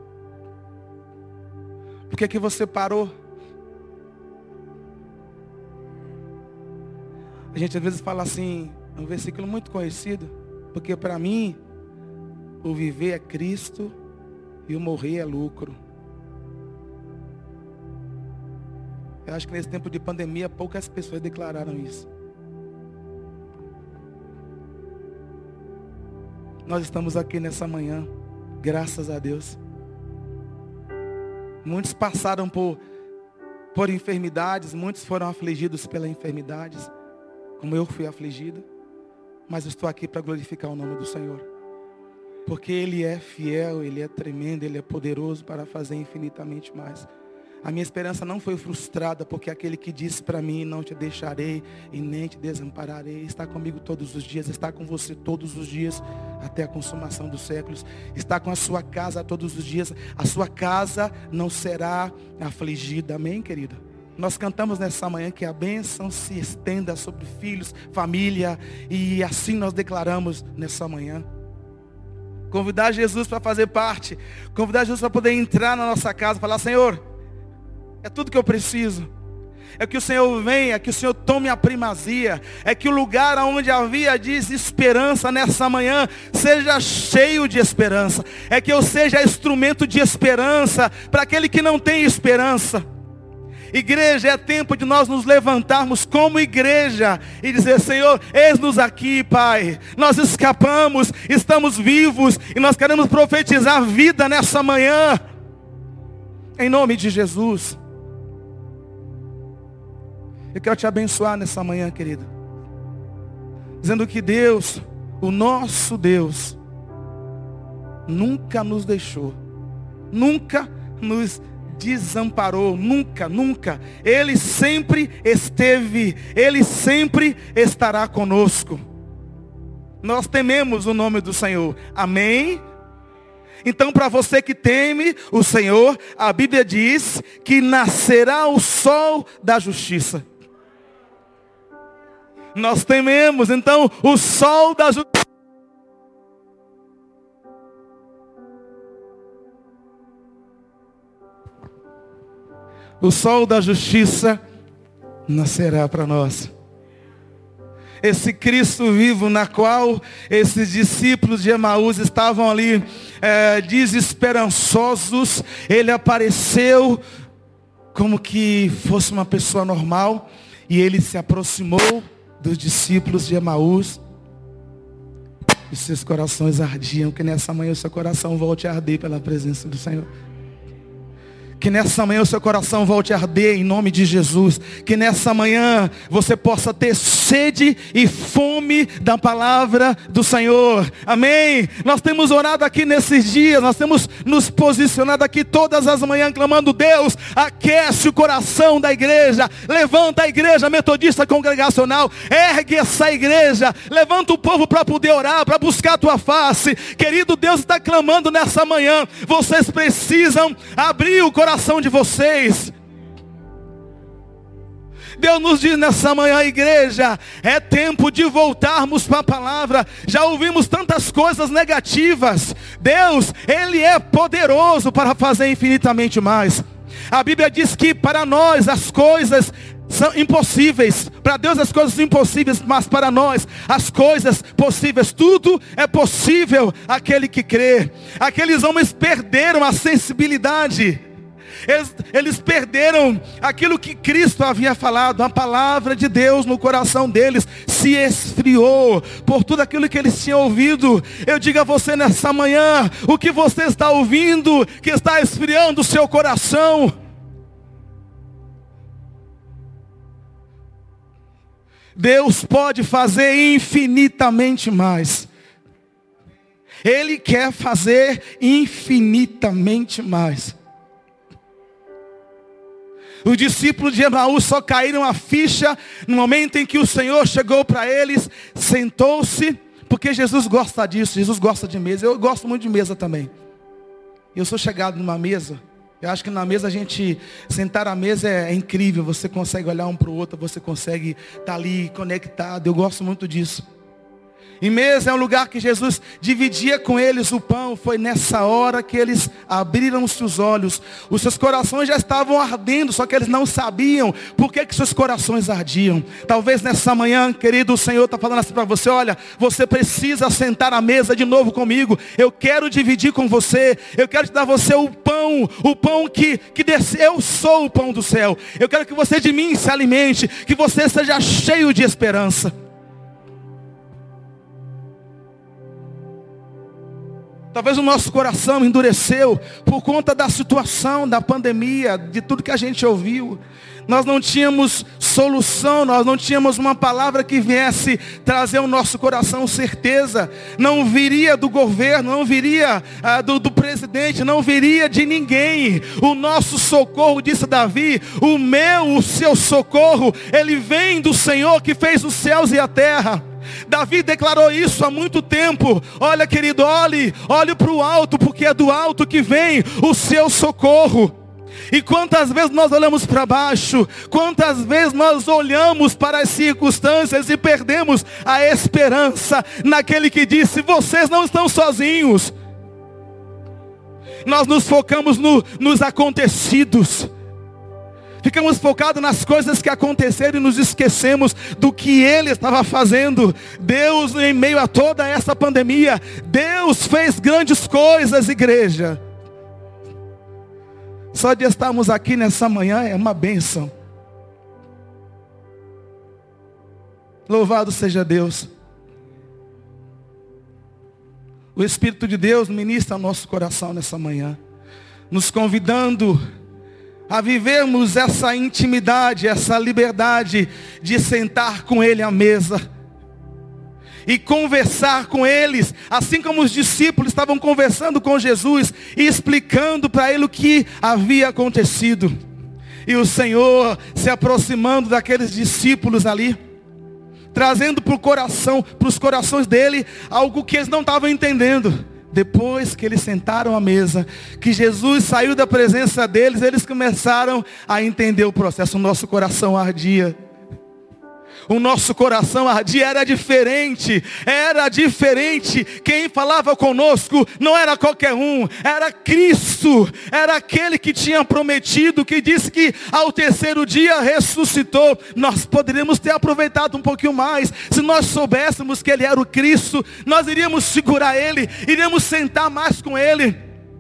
Por que que você parou? A gente às vezes fala assim, um versículo muito conhecido, porque para mim, o viver é Cristo e o morrer é lucro. Eu acho que nesse tempo de pandemia, poucas pessoas declararam isso. Nós estamos aqui nessa manhã, graças a Deus. Muitos passaram por, por enfermidades, muitos foram afligidos pelas enfermidades, como eu fui afligido. mas estou aqui para glorificar o nome do Senhor. Porque Ele é fiel, Ele é tremendo, Ele é poderoso para fazer infinitamente mais. A minha esperança não foi frustrada, porque aquele que disse para mim, não te deixarei e nem te desampararei, está comigo todos os dias, está com você todos os dias, até a consumação dos séculos, está com a sua casa todos os dias, a sua casa não será afligida, amém, querida? Nós cantamos nessa manhã que a bênção se estenda sobre filhos, família, e assim nós declaramos nessa manhã. Convidar Jesus para fazer parte, convidar Jesus para poder entrar na nossa casa, falar, Senhor, é tudo que eu preciso. É que o Senhor venha, que o Senhor tome a primazia. É que o lugar onde havia desesperança nessa manhã seja cheio de esperança. É que eu seja instrumento de esperança para aquele que não tem esperança. Igreja, é tempo de nós nos levantarmos como igreja e dizer, Senhor, eis-nos aqui, Pai. Nós escapamos, estamos vivos e nós queremos profetizar vida nessa manhã. Em nome de Jesus. Eu quero te abençoar nessa manhã, querida. Dizendo que Deus, o nosso Deus, nunca nos deixou. Nunca nos desamparou. Nunca, nunca. Ele sempre esteve. Ele sempre estará conosco. Nós tememos o nome do Senhor. Amém? Então, para você que teme o Senhor, a Bíblia diz que nascerá o sol da justiça. Nós tememos, então, o sol da justiça. O sol da justiça nascerá para nós. Esse Cristo vivo na qual esses discípulos de Emaús estavam ali é, desesperançosos. Ele apareceu como que fosse uma pessoa normal. E ele se aproximou dos discípulos de Emaús. E seus corações ardiam. Que nessa manhã o seu coração volte a arder pela presença do Senhor. Que nessa manhã o seu coração volte a arder em nome de Jesus. Que nessa manhã você possa ter sede e fome da palavra do Senhor. Amém? Nós temos orado aqui nesses dias. Nós temos nos posicionado aqui todas as manhãs clamando, Deus, aquece o coração da igreja. Levanta a igreja metodista congregacional. Ergue essa igreja. Levanta o povo para poder orar, para buscar a tua face. Querido, Deus está clamando nessa manhã. Vocês precisam abrir o coração de vocês. Deus nos diz nessa manhã, igreja, é tempo de voltarmos para a palavra. Já ouvimos tantas coisas negativas. Deus, Ele é poderoso para fazer infinitamente mais. A Bíblia diz que para nós as coisas são impossíveis. Para Deus as coisas são impossíveis, mas para nós as coisas possíveis. Tudo é possível àquele que crê. Aqueles homens perderam a sensibilidade. Eles, eles perderam aquilo que Cristo havia falado. A palavra de Deus no coração deles se esfriou por tudo aquilo que eles tinham ouvido. Eu digo a você nessa manhã, o que você está ouvindo que está esfriando o seu coração? Deus pode fazer infinitamente mais. Ele quer fazer infinitamente mais. Os discípulos de Emaús só caíram a ficha no momento em que o Senhor chegou para eles, sentou-se, porque Jesus gosta disso, Jesus gosta de mesa. Eu gosto muito de mesa também. Eu sou chegado numa mesa. Eu acho que na mesa a gente, sentar à mesa é, é incrível. Você consegue olhar um para o outro, você consegue estar ali conectado. Eu gosto muito disso. E mesa é um lugar que Jesus dividia com eles o pão. Foi nessa hora que eles abriram os seus olhos. Os seus corações já estavam ardendo, só que eles não sabiam por que, que seus corações ardiam. Talvez nessa manhã, querido, o Senhor está falando assim para você, olha, você precisa sentar à mesa de novo comigo. Eu quero dividir com você. Eu quero te dar você o pão, o pão que, que desce. Eu sou o pão do céu. Eu quero que você de mim se alimente, que você seja cheio de esperança. Talvez o nosso coração endureceu por conta da situação, da pandemia, de tudo que a gente ouviu. Nós não tínhamos solução, nós não tínhamos uma palavra que viesse trazer ao nosso coração certeza. Não viria do governo, não viria ah, do, do presidente, não viria de ninguém. O nosso socorro, disse Davi, o meu, o seu socorro, ele vem do Senhor que fez os céus e a terra. Davi declarou isso há muito tempo. Olha, querido, olhe, olhe para o alto, porque é do alto que vem o seu socorro. E quantas vezes nós olhamos para baixo, quantas vezes nós olhamos para as circunstâncias e perdemos a esperança naquele que disse, vocês não estão sozinhos. Nós nos focamos no, nos acontecidos. Ficamos focados nas coisas que aconteceram e nos esquecemos do que Ele estava fazendo. Deus, em meio a toda essa pandemia, Deus fez grandes coisas, igreja. Só de estarmos aqui nessa manhã é uma bênção. Louvado seja Deus. O Espírito de Deus ministra ao nosso coração nessa manhã, nos convidando a vivermos essa intimidade, essa liberdade de sentar com Ele à mesa e conversar com eles, assim como os discípulos estavam conversando com Jesus e explicando para Ele o que havia acontecido. E o Senhor se aproximando daqueles discípulos ali, trazendo para o coração, para os corações dele, algo que eles não estavam entendendo. Depois que eles sentaram à mesa, que Jesus saiu da presença deles, eles começaram a entender o processo. O nosso coração ardia. O nosso coração ardia, era diferente, era diferente. Quem falava conosco não era qualquer um, era Cristo, era aquele que tinha prometido, que disse que ao terceiro dia ressuscitou. Nós poderíamos ter aproveitado um pouquinho mais, se nós soubéssemos que Ele era o Cristo, nós iríamos segurar Ele, iríamos sentar mais com Ele,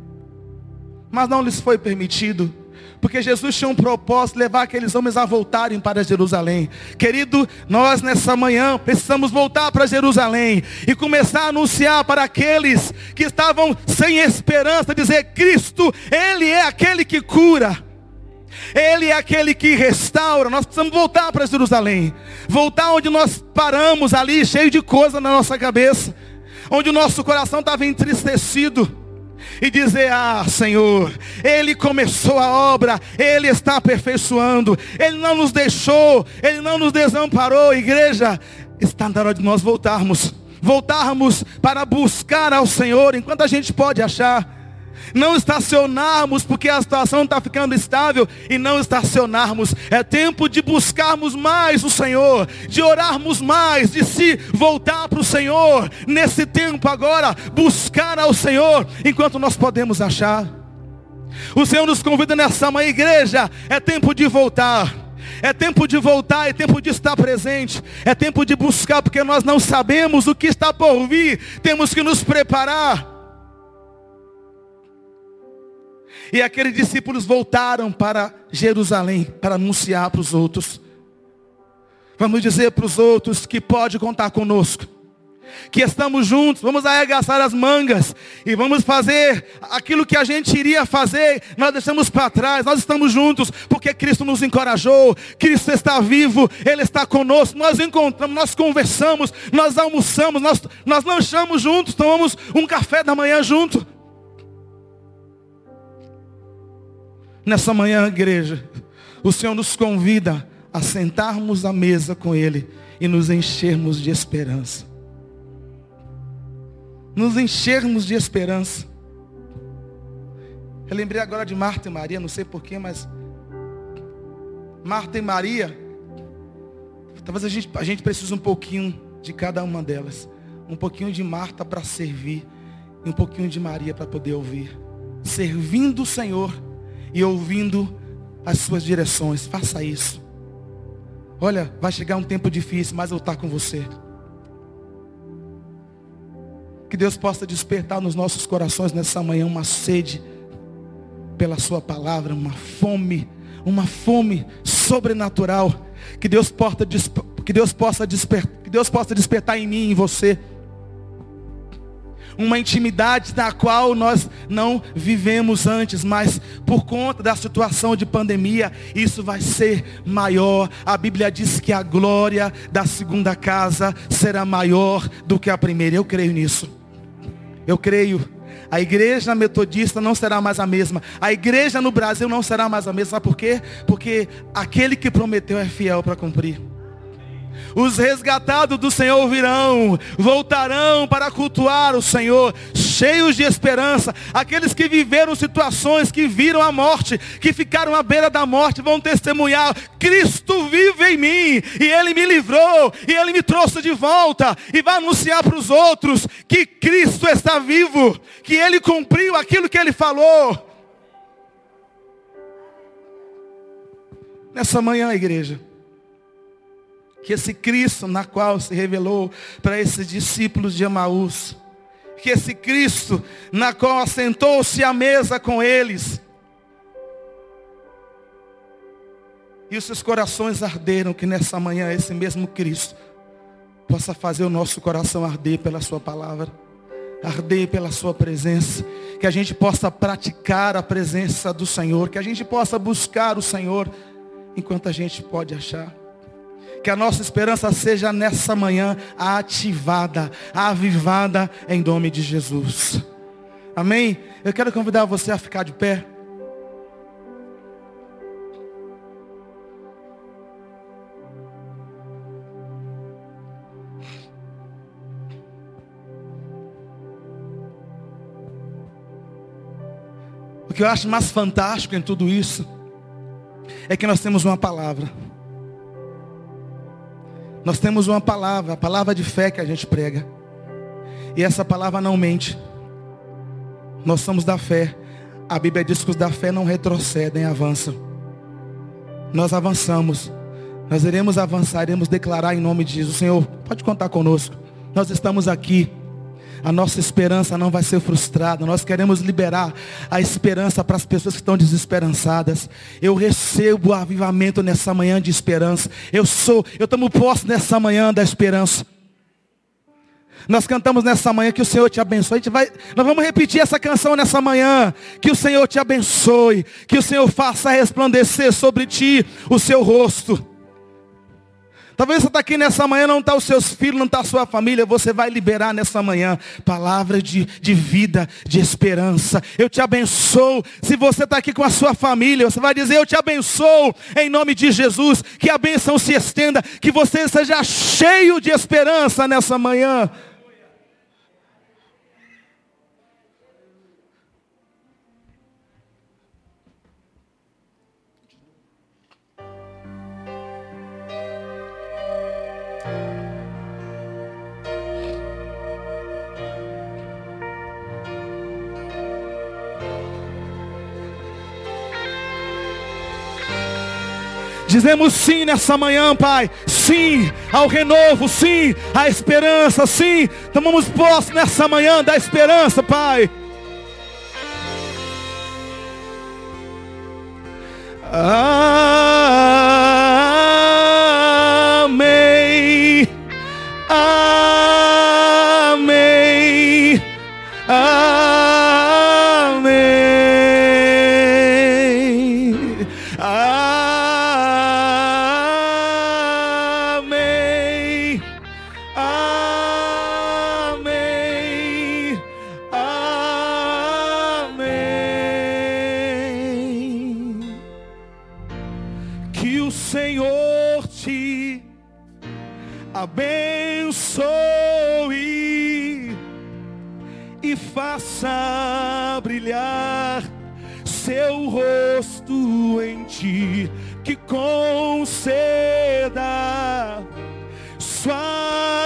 mas não lhes foi permitido. Porque Jesus tinha um propósito, levar aqueles homens a voltarem para Jerusalém. Querido, nós nessa manhã precisamos voltar para Jerusalém e começar a anunciar para aqueles que estavam sem esperança, dizer, Cristo, Ele é aquele que cura. Ele é aquele que restaura. Nós precisamos voltar para Jerusalém. Voltar onde nós paramos ali, cheio de coisa na nossa cabeça. Onde o nosso coração estava entristecido. E dizer, ah Senhor, Ele começou a obra, Ele está aperfeiçoando, Ele não nos deixou, Ele não nos desamparou. Igreja, está na hora de nós voltarmos, voltarmos para buscar ao Senhor, enquanto a gente pode achar. Não estacionarmos porque a situação está ficando estável e não estacionarmos. É tempo de buscarmos mais o Senhor, de orarmos mais, de se voltar para o Senhor. Nesse tempo agora, buscar ao Senhor enquanto nós podemos achar. O Senhor nos convida nessa manhã, igreja, é tempo de voltar. É tempo de voltar, é tempo de estar presente, é tempo de buscar, porque nós não sabemos o que está por vir. Temos que nos preparar. E aqueles discípulos voltaram para Jerusalém para anunciar para os outros. Vamos dizer para os outros que pode contar conosco, que estamos juntos, vamos arregaçar as mangas e vamos fazer aquilo que a gente iria fazer, nós deixamos para trás, nós estamos juntos, porque Cristo nos encorajou, Cristo está vivo, Ele está conosco, nós encontramos, nós conversamos, nós almoçamos, nós, nós lanchamos juntos, tomamos um café da manhã junto. Nessa manhã, igreja, o Senhor nos convida a sentarmos à mesa com Ele e nos enchermos de esperança. Nos enchermos de esperança. Eu lembrei agora de Marta e Maria, não sei porquê, mas Marta e Maria, talvez a gente, a gente precise um pouquinho de cada uma delas. Um pouquinho de Marta para servir e um pouquinho de Maria para poder ouvir. Servindo o Senhor e ouvindo as suas direções. Faça isso. Olha, vai chegar um tempo difícil, mas eu vou estar com você. Que Deus possa despertar nos nossos corações nessa manhã uma sede pela sua palavra, uma fome, uma fome sobrenatural. Que Deus possa, que Deus possa, desper, que Deus possa despertar em mim e em você uma intimidade na qual nós não vivemos antes, mas por conta da situação de pandemia, isso vai ser maior. A Bíblia diz que a glória da segunda casa será maior do que a primeira. Eu creio nisso. Eu creio. A igreja metodista não será mais a mesma. A igreja no Brasil não será mais a mesma. Sabe por quê? Porque aquele que prometeu é fiel para cumprir. Os resgatados do Senhor virão, voltarão para cultuar o Senhor, cheios de esperança. Aqueles que viveram situações, que viram a morte, que ficaram à beira da morte, vão testemunhar: Cristo vive em mim, e Ele me livrou, e Ele me trouxe de volta. E vai anunciar para os outros que Cristo está vivo, que Ele cumpriu aquilo que Ele falou. Nessa manhã, igreja, que esse Cristo na qual se revelou para esses discípulos de Emaús, que esse Cristo na qual assentou-se à mesa com eles, e os seus corações arderam, que nessa manhã esse mesmo Cristo possa fazer o nosso coração arder pela sua palavra, arder pela sua presença, que a gente possa praticar a presença do Senhor, que a gente possa buscar o Senhor enquanto a gente pode achar. Que a nossa esperança seja nessa manhã ativada, avivada em nome de Jesus. Amém? Eu quero convidar você a ficar de pé. O que eu acho mais fantástico em tudo isso é que nós temos uma palavra. Nós temos uma palavra, a palavra de fé que a gente prega. E essa palavra não mente. Nós somos da fé. A Bíblia diz que os da fé não retrocedem, avançam. Nós avançamos. Nós iremos avançar, iremos declarar em nome de Jesus: Senhor, pode contar conosco. Nós estamos aqui. A nossa esperança não vai ser frustrada. Nós queremos liberar a esperança para as pessoas que estão desesperançadas. Eu recebo o avivamento nessa manhã de esperança. Eu sou, eu tomo posse nessa manhã da esperança. Nós cantamos nessa manhã que o Senhor te abençoe. A gente vai, nós vamos repetir essa canção nessa manhã. Que o Senhor te abençoe. Que o Senhor faça resplandecer sobre ti o seu rosto. Talvez você está aqui nessa manhã, não está os seus filhos, não está a sua família. Você vai liberar nessa manhã palavras de, de vida, de esperança. Eu te abençoo. Se você está aqui com a sua família, você vai dizer: eu te abençoo em nome de Jesus. Que a bênção se estenda, que você seja cheio de esperança nessa manhã. Dizemos sim nessa manhã, Pai. Sim ao renovo, sim à esperança, sim. Tomamos posse nessa manhã da esperança, Pai. Amém. Amém. Amém. Amém. Amém. Amém. Que o Senhor te abençoe e faça brilhar seu rosto em ti, que conceda sua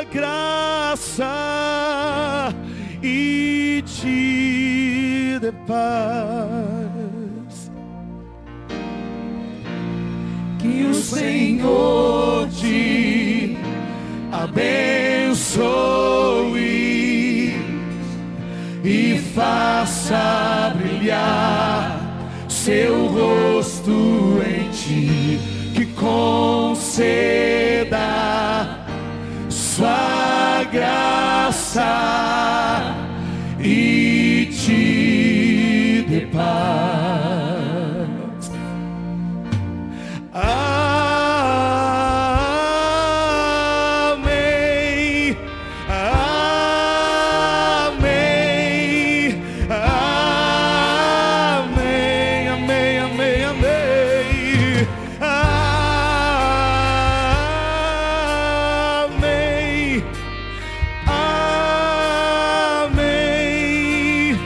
graça e te dê paz. Que o Senhor te abençoe e faça brilhar seu rosto em ti, que conceda sua graça paz. Amém. Amém. Amém. Amém. Amém. Amém. Amém. Amém.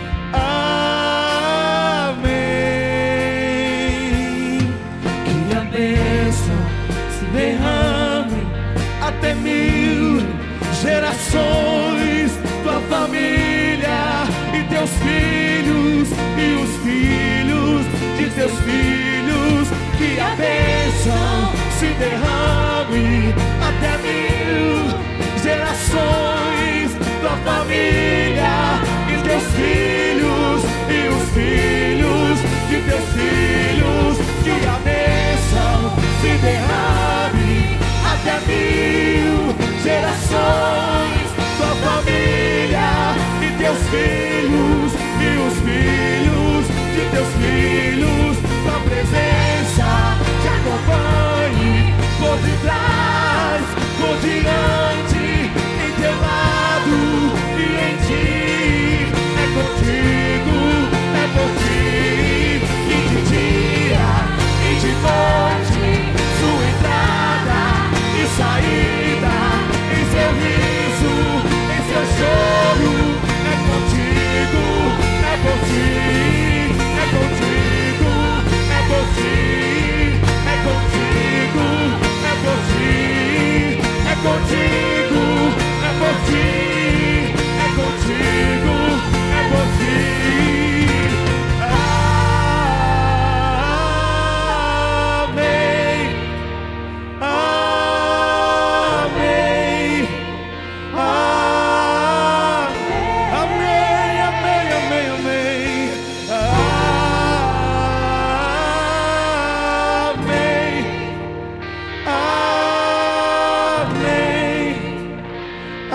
Amém. Que a bênção se derrame até mil gerações, tua família e teus filhos e os filhos de teus filhos. Que a bênção se derrame até mil gerações, tua família e teus filhos e os filhos de teus filhos. Que a bênção se derrame até mil gerações, tua família e teus filhos e os filhos de teus filhos. Tua presença te acompanhe por detrás, por diante, em teu lado e em ti. É contigo, é por ti, e de dia e de noite, sua entrada e saída, em seu riso, em seu choro. É contigo, é por ti, é contigo, é por ti, é contigo, é por ti, é contigo, é por ti, é contigo, é por ti. Amém. Amém. Amém. Amém. Amém. Amém. Amém.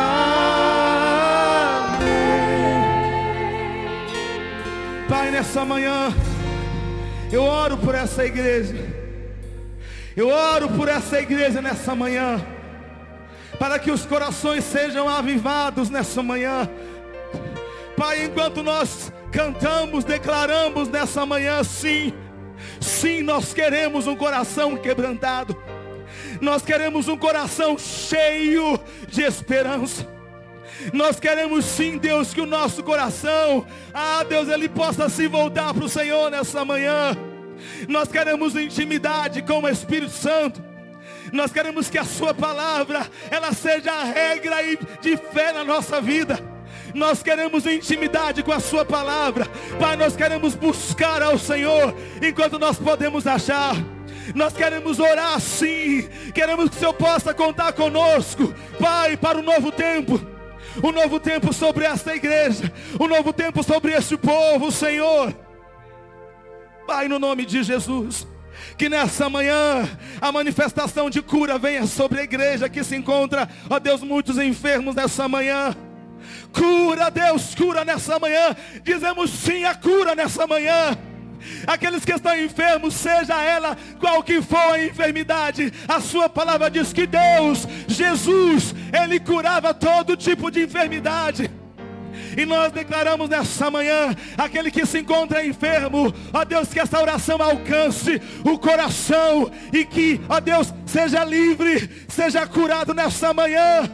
Amém. Pai, nessa manhã eu oro por essa igreja. Eu oro por essa igreja nessa manhã, para que os corações sejam avivados nessa manhã. Pai, enquanto nós cantamos, declaramos nessa manhã, sim, sim, nós queremos um coração quebrantado. Nós queremos um coração cheio de esperança. Nós queremos sim, Deus, que o nosso coração, ah Deus, ele possa se voltar para o Senhor nessa manhã. Nós queremos intimidade com o Espírito Santo. Nós queremos que a sua palavra, ela seja a regra de fé na nossa vida. Nós queremos intimidade com a sua palavra. Pai, nós queremos buscar ao Senhor enquanto nós podemos achar. Nós queremos orar sim. Queremos que o Senhor possa contar conosco, Pai, para o novo tempo. O novo tempo sobre esta igreja. O novo tempo sobre este povo, Senhor. Pai, no nome de Jesus, que nessa manhã a manifestação de cura venha sobre a igreja que se encontra, ó Deus, muitos enfermos nessa manhã. Cura, Deus, cura nessa manhã. Dizemos sim a cura nessa manhã. Aqueles que estão enfermos, seja ela qual que for a enfermidade, a sua palavra diz que Deus, Jesus, Ele curava todo tipo de enfermidade. E nós declaramos nessa manhã, aquele que se encontra enfermo, ó Deus, que essa oração alcance o coração e que, ó Deus, seja livre, seja curado nessa manhã.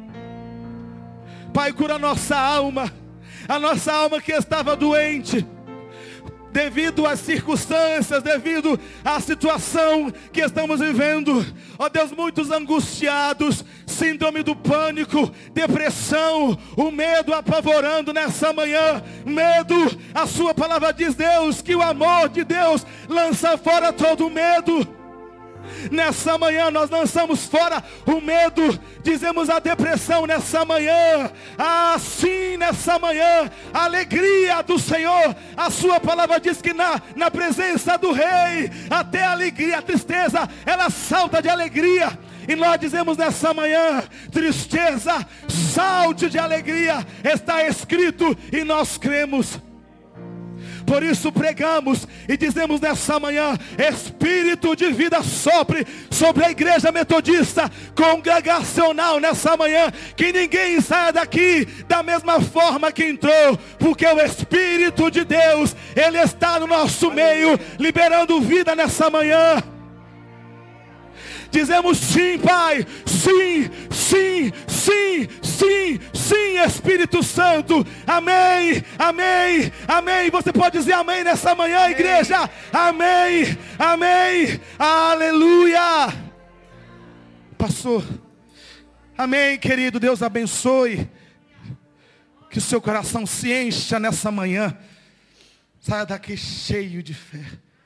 Pai, cura a nossa alma, a nossa alma que estava doente, devido às circunstâncias, devido à situação que estamos vivendo. Ó Deus, muitos angustiados, síndrome do pânico, depressão, o medo apavorando nessa manhã. Medo, a sua palavra diz, Deus, que o amor de Deus lança fora todo medo. Nessa manhã nós lançamos fora o medo, dizemos a depressão nessa manhã. Assim nessa manhã, a alegria do Senhor, a sua palavra diz que na, na presença do Rei, até a alegria, a tristeza, ela salta de alegria. E nós dizemos nessa manhã, tristeza, salte de alegria, está escrito e nós cremos. Por isso pregamos e dizemos nessa manhã: Espírito de vida sopre sobre a igreja metodista congregacional nessa manhã. Que ninguém saia daqui da mesma forma que entrou, porque o Espírito de Deus, Ele está no nosso meio, liberando vida nessa manhã. Dizemos sim, Pai, sim, sim, sim, sim, sim, Espírito Santo, amém, amém, amém. Você pode dizer amém nessa manhã, amém. Igreja, amém, amém, aleluia. Pastor, amém, querido, Deus abençoe, que o seu coração se encha nessa manhã, saia daqui cheio de fé.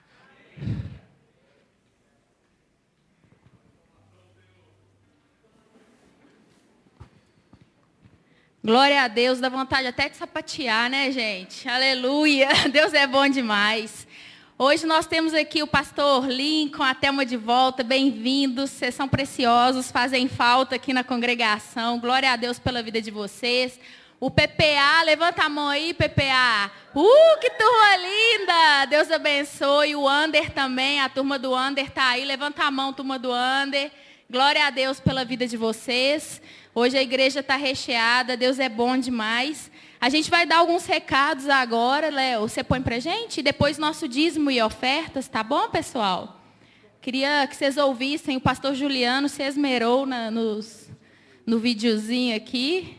Glória a Deus, dá vontade até de sapatear, né, gente? Aleluia, Deus é bom demais. Hoje nós temos aqui o pastor Lincoln, a Thelma de volta, bem-vindos, vocês são preciosos, fazem falta aqui na congregação. Glória a Deus pela vida de vocês. O P P A, levanta a mão aí, P P A. Uh, que turma linda! Deus abençoe. O Ander também, a turma do Ander está aí. Levanta a mão, turma do Ander. Glória a Deus pela vida de vocês. Hoje a igreja está recheada, Deus é bom demais. A gente vai dar alguns recados agora, Léo. Você põe pra gente? E depois nosso dízimo e ofertas, tá bom, pessoal? Queria que vocês ouvissem, o pastor Juliano se esmerou na, nos, no videozinho aqui.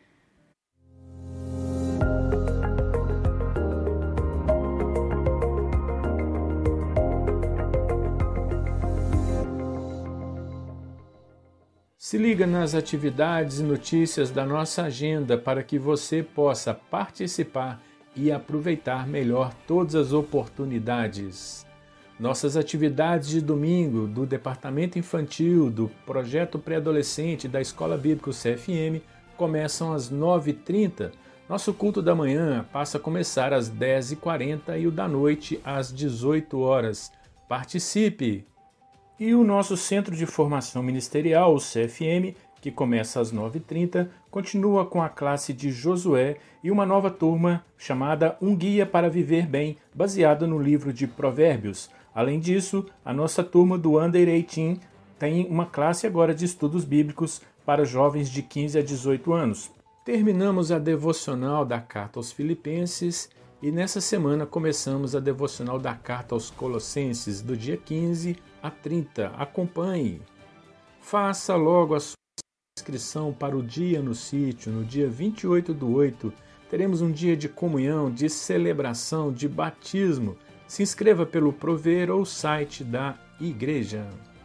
Se liga nas atividades e notícias da nossa agenda para que você possa participar e aproveitar melhor todas as oportunidades. Nossas atividades de domingo do Departamento Infantil, do Projeto Pré-Adolescente da Escola Bíblica U C F M começam às nove e trinta. Nosso culto da manhã passa a começar às dez e quarenta e o da noite às dezoito horas. Participe! E o nosso Centro de Formação Ministerial, o C F M, que começa às nove e trinta, continua com a classe de Josué e uma nova turma chamada Um Guia para Viver Bem, baseada no livro de Provérbios. Além disso, a nossa turma do Under dezoito tem uma classe agora de estudos bíblicos para jovens de quinze a dezoito anos. Terminamos a devocional da Carta aos Filipenses e nessa semana começamos a devocional da Carta aos Colossenses, do dia quinze a trinta. Acompanhe. Faça logo a sua inscrição para o dia no sítio. No dia vinte e oito do oito, teremos um dia de comunhão, de celebração, de batismo. Se inscreva pelo Prover ou site da igreja.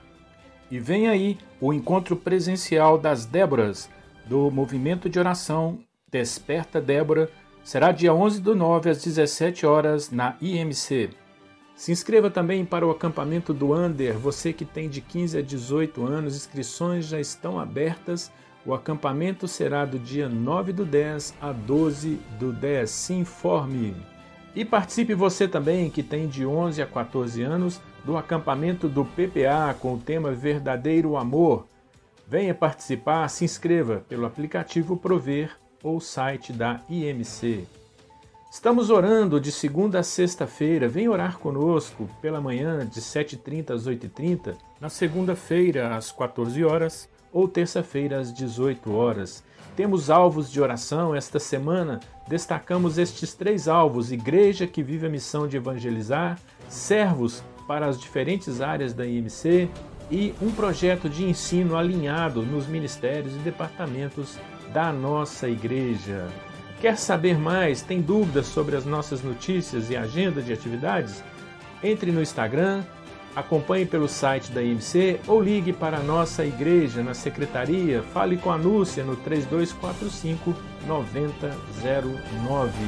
E vem aí o encontro presencial das Déboras, do Movimento de Oração Desperta Débora. Será dia onze do nove às dezessete horas na I M C. Se inscreva também para o acampamento do Under. Você que tem de quinze a dezoito anos, inscrições já estão abertas. O acampamento será do dia nove do dez a doze do dez. Se informe. E participe você também que tem de onze a quatorze anos do acampamento do P P A com o tema Verdadeiro Amor. Venha participar, se inscreva pelo aplicativo Prover ou site da I M C. Estamos orando de segunda a sexta-feira. Vem orar conosco pela manhã de sete e trinta às oito e trinta, na segunda-feira às quatorze horas ou terça-feira às dezoito horas. Temos alvos de oração esta semana. Destacamos estes três alvos: igreja que vive a missão de evangelizar, servos para as diferentes áreas da I M C e um projeto de ensino alinhado nos ministérios e departamentos da nossa igreja. Quer saber mais? Tem dúvidas sobre as nossas notícias e agenda de atividades? Entre no Instagram, acompanhe pelo site da I M C ou ligue para a nossa igreja na secretaria. Fale com a Núcia no três dois quatro cinco, nove zero zero nove.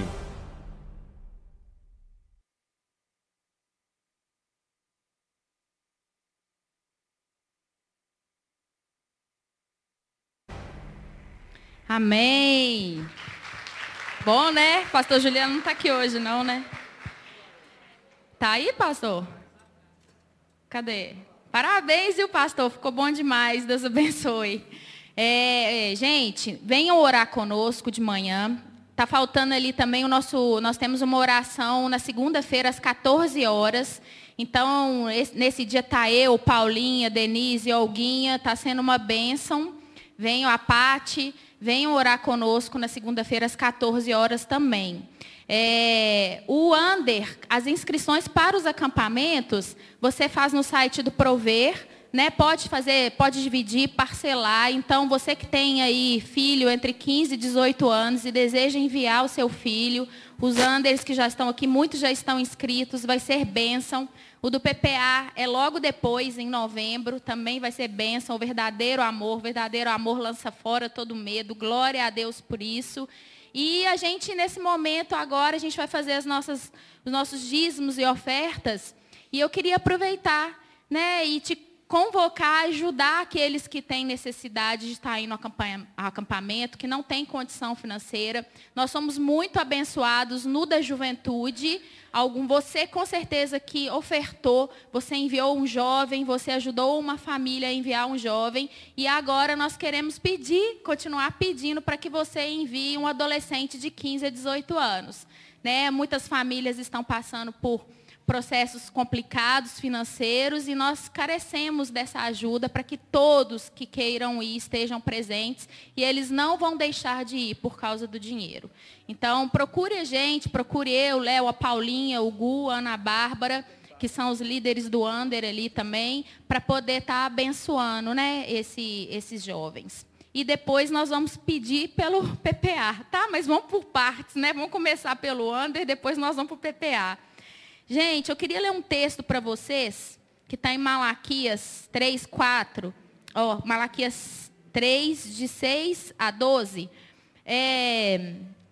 Amém! Bom, né? Pastor Juliano não está aqui hoje, não, né? Tá aí, pastor? Cadê? Parabéns, viu, pastor? Ficou bom demais. Deus abençoe. É, é, gente, venham orar conosco de manhã. tá faltando ali também o nosso, nós temos uma oração na segunda-feira às quatorze horas. Então, esse, nesse dia tá eu, Paulinha, Denise, Olguinha, tá sendo uma bênção. Venham a Pati, venham orar conosco na segunda-feira às quatorze horas também. É, o Under, as inscrições para os acampamentos, você faz no site do Prover, né? Pode fazer, pode dividir, parcelar. Então, você que tem aí filho entre quinze e dezoito anos e deseja enviar o seu filho, os Unders que já estão aqui, muitos já estão inscritos, vai ser bênção. O do P P A é logo depois, em novembro, também vai ser bênção. O verdadeiro amor, o verdadeiro amor lança fora todo medo. Glória a Deus por isso. E a gente, nesse momento, agora, a gente vai fazer as nossas, os nossos dízimos e ofertas. E eu queria aproveitar, né, e te convocar, ajudar aqueles que têm necessidade de estar indo ao acampamento, que não têm condição financeira. Nós somos muito abençoados no da juventude. Algum, você, com certeza, que ofertou, você enviou um jovem, você ajudou uma família a enviar um jovem. E agora nós queremos pedir, continuar pedindo para que você envie um adolescente de quinze a dezoito anos. Né? Muitas famílias estão passando por processos complicados financeiros e nós carecemos dessa ajuda para que todos que queiram ir estejam presentes e eles não vão deixar de ir por causa do dinheiro. Então, procure a gente, procure eu, Léo, a Paulinha, o Gu, a Ana Bárbara, que são os líderes do Under ali também, para poder estar abençoando, né, esse, esses jovens. E depois nós vamos pedir pelo P P A, tá? Mas vamos por partes, né? Vamos começar pelo Under, depois nós vamos para o P P A. Gente, eu queria ler um texto para vocês, que está em Malaquias três, quatro. Ó, Malaquias três, de seis a doze. É,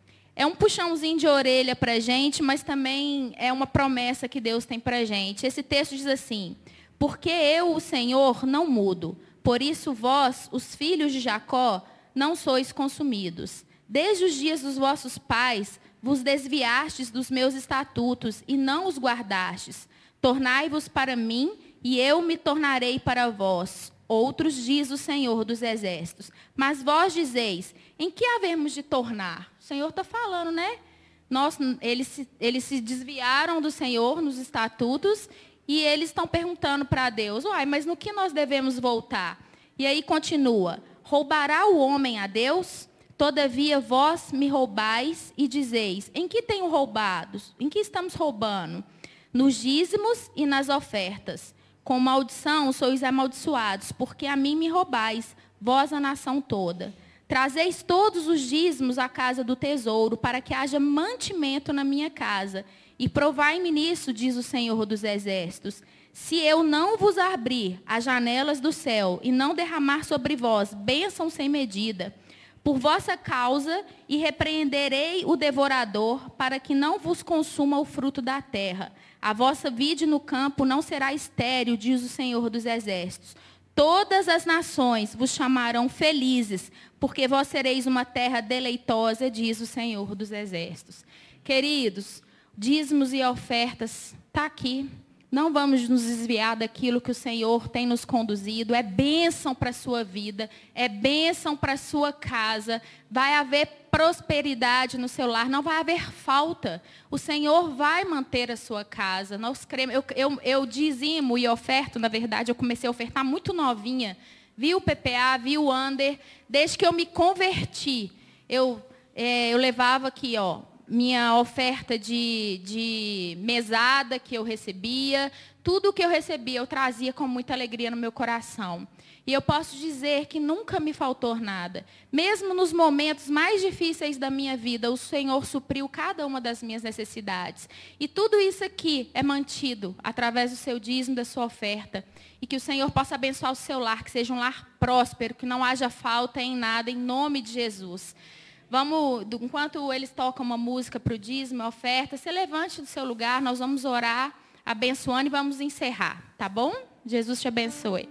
é um puxãozinho de orelha para a gente, mas também é uma promessa que Deus tem para a gente. Esse texto diz assim: porque eu, o Senhor, não mudo. Por isso vós, os filhos de Jacó, não sois consumidos. Desde os dias dos vossos pais, vos desviastes dos meus estatutos e não os guardastes. Tornai-vos para mim, e eu me tornarei para vós. Outros diz o Senhor dos Exércitos. Mas vós dizeis, em que havemos de tornar? O Senhor está falando, né? Nós, eles, se, eles se desviaram do Senhor nos estatutos e eles estão perguntando para Deus, uai, mas no que nós devemos voltar? E aí continua, roubará o homem a Deus? Todavia vós me roubais e dizeis, em que tenho roubado? Em que estamos roubando? Nos dízimos e nas ofertas. Com maldição sois amaldiçoados, porque a mim me roubais, vós a nação toda. Trazeis todos os dízimos à casa do tesouro, para que haja mantimento na minha casa. E provai-me nisso, diz o Senhor dos Exércitos. Se eu não vos abrir as janelas do céu e não derramar sobre vós bênção sem medida, por vossa causa, e repreenderei o devorador, para que não vos consuma o fruto da terra. A vossa vide no campo não será estéril, diz o Senhor dos Exércitos. Todas as nações vos chamarão felizes, porque vós sereis uma terra deleitosa, diz o Senhor dos Exércitos. Queridos, dízimos e ofertas, está aqui. Não vamos nos desviar daquilo que o Senhor tem nos conduzido. É bênção para a sua vida. É bênção para a sua casa. Vai haver prosperidade no seu lar. Não vai haver falta. O Senhor vai manter a sua casa. Nós cremos, eu, eu, eu dizimo e oferto, na verdade, eu comecei a ofertar muito novinha. Vi o P P A, vi o Under. Desde que eu me converti, eu, é, eu levava aqui, ó, minha oferta de, de mesada que eu recebia, tudo que eu recebia eu trazia com muita alegria no meu coração. E eu posso dizer que nunca me faltou nada. Mesmo nos momentos mais difíceis da minha vida, o Senhor supriu cada uma das minhas necessidades. E tudo isso aqui é mantido através do seu dízimo, da sua oferta. E que o Senhor possa abençoar o seu lar, que seja um lar próspero, que não haja falta em nada, em nome de Jesus. Vamos, enquanto eles tocam uma música para o dízimo, a oferta, se levante do seu lugar, nós vamos orar, abençoando e vamos encerrar, tá bom? Jesus te abençoe.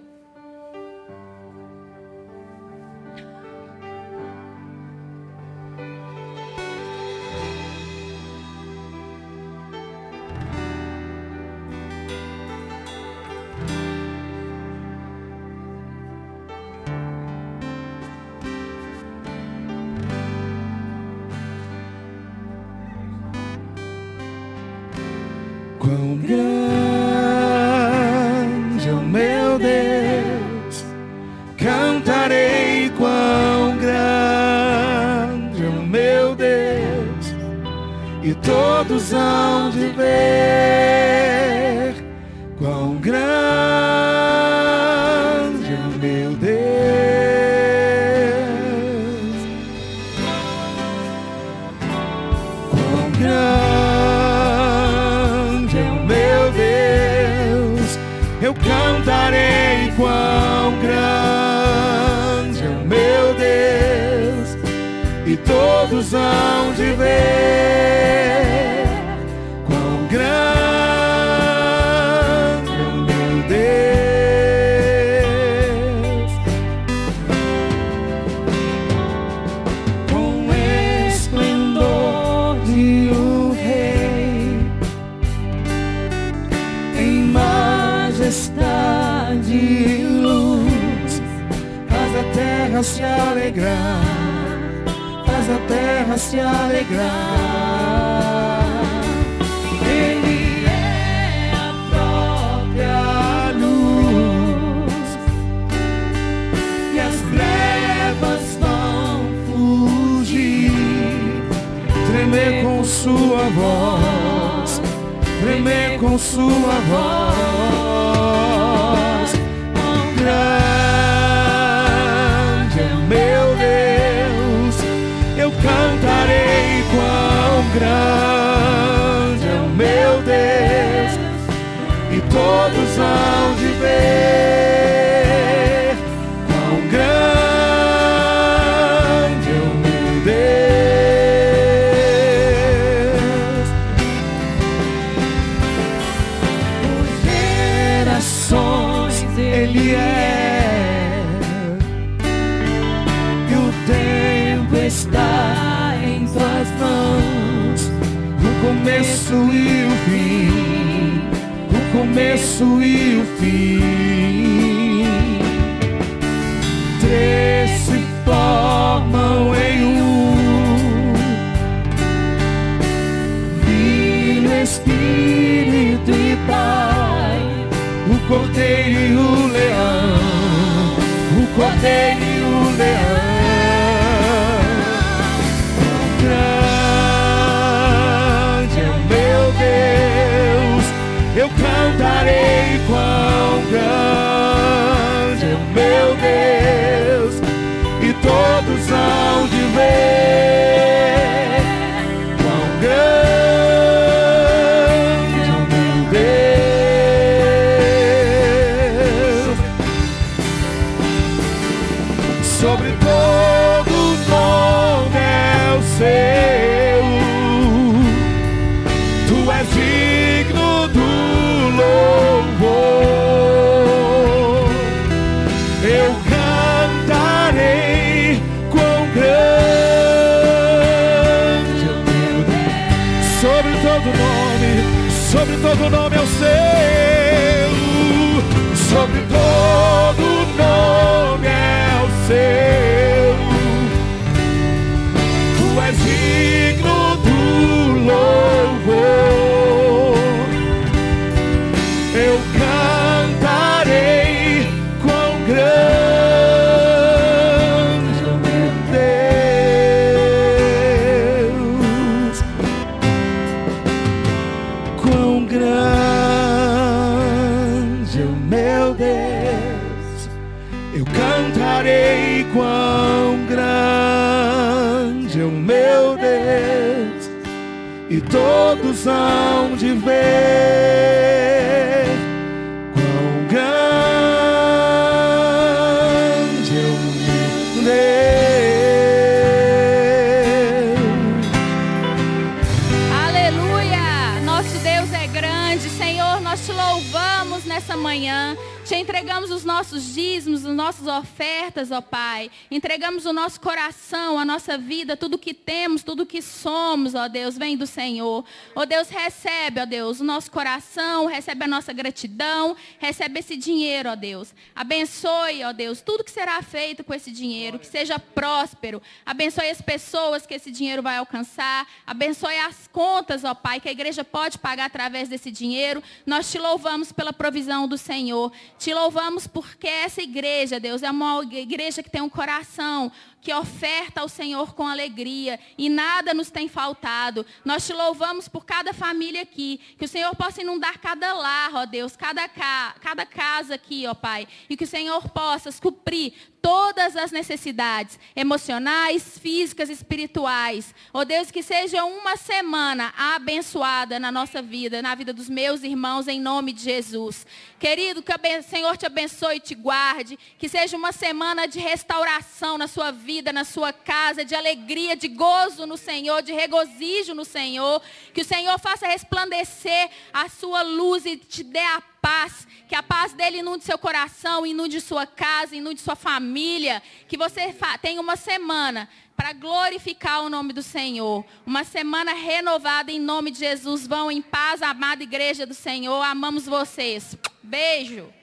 todos hão de ver quão grande é o meu Deus. Quão grande é o meu Deus. Eu cantarei quão grande é o meu Deus. E todos hão de ver quão grande é o meu Deus. Com esplendor de um rei, em majestade e luz, faz a terra se alegrar, faz a terra se alegrar. Ele é a própria luz, e as trevas vão fugir, tremer com sua voz, tremer com sua voz. Quão grande é meu Deus. Eu cantarei quão grande é o meu Deus, e todos hão de ver quão grande é o meu Deus. Por gerações Ele é, e o tempo está em tuas mãos, o começo e o fim, o começo e o fim. Três se formam em um, Filho, Espírito e Pai, o Cordeiro e o Leão, o Cordeiro e o Leão. Eu cantarei quão grande é o meu Deus, e todos hão de ver quão grande é o meu Deus. Sobre todo nome é o seu, tu és digno do louvor. Eu cantarei quão grande é o meu Deus. Sobre todo nome, sobre todo nome é o seu, sobre todo nome é o seu. Tu és digno do louvor. Eu cantarei quão grande é o meu Deus. Quão grande é o meu Deus. Eu cantarei quão grande é o meu Deus, e todos hão de ver quão grande é o meu Deus. Aleluia! Nosso Deus é grande. Senhor, nós te louvamos nessa manhã. Te entregamos os nossos dízimos, as nossas ofertas, ó Pai. Entregamos o nosso coração, a nossa vida, tudo que temos, tudo que somos, ó Deus, vem do Senhor. Ó Deus, recebe, ó Deus, o nosso coração, recebe a nossa gratidão, recebe esse dinheiro, ó Deus. Abençoe, ó Deus, tudo que será feito com esse dinheiro, que seja próspero. Abençoe as pessoas que esse dinheiro vai alcançar. Abençoe as contas, ó Pai, que a igreja pode pagar através desse dinheiro. Nós te louvamos pela provisão do Senhor. Te louvamos porque essa igreja, Deus, é uma igreja que tem um coração que oferta ao Senhor com alegria e nada nos tem faltado. Nós te louvamos por cada família aqui, que o Senhor possa inundar cada lar, ó Deus, cada, ca, cada casa aqui, ó Pai, e que o Senhor possa suprir todas as necessidades emocionais, físicas, espirituais. Ó Deus, que seja uma semana abençoada na nossa vida, na vida dos meus irmãos, em nome de Jesus. Querido, que o Senhor te abençoe e te guarde, que seja uma semana de restauração na sua vida, na sua casa, de alegria, de gozo no Senhor, de regozijo no Senhor, que o Senhor faça resplandecer a sua luz e te dê a paz, que a paz dele inunde seu coração, inunde sua casa, inunde sua família, que você tenha uma semana para glorificar o nome do Senhor, uma semana renovada em nome de Jesus. Vão em paz, amada igreja do Senhor, amamos vocês. Beijo.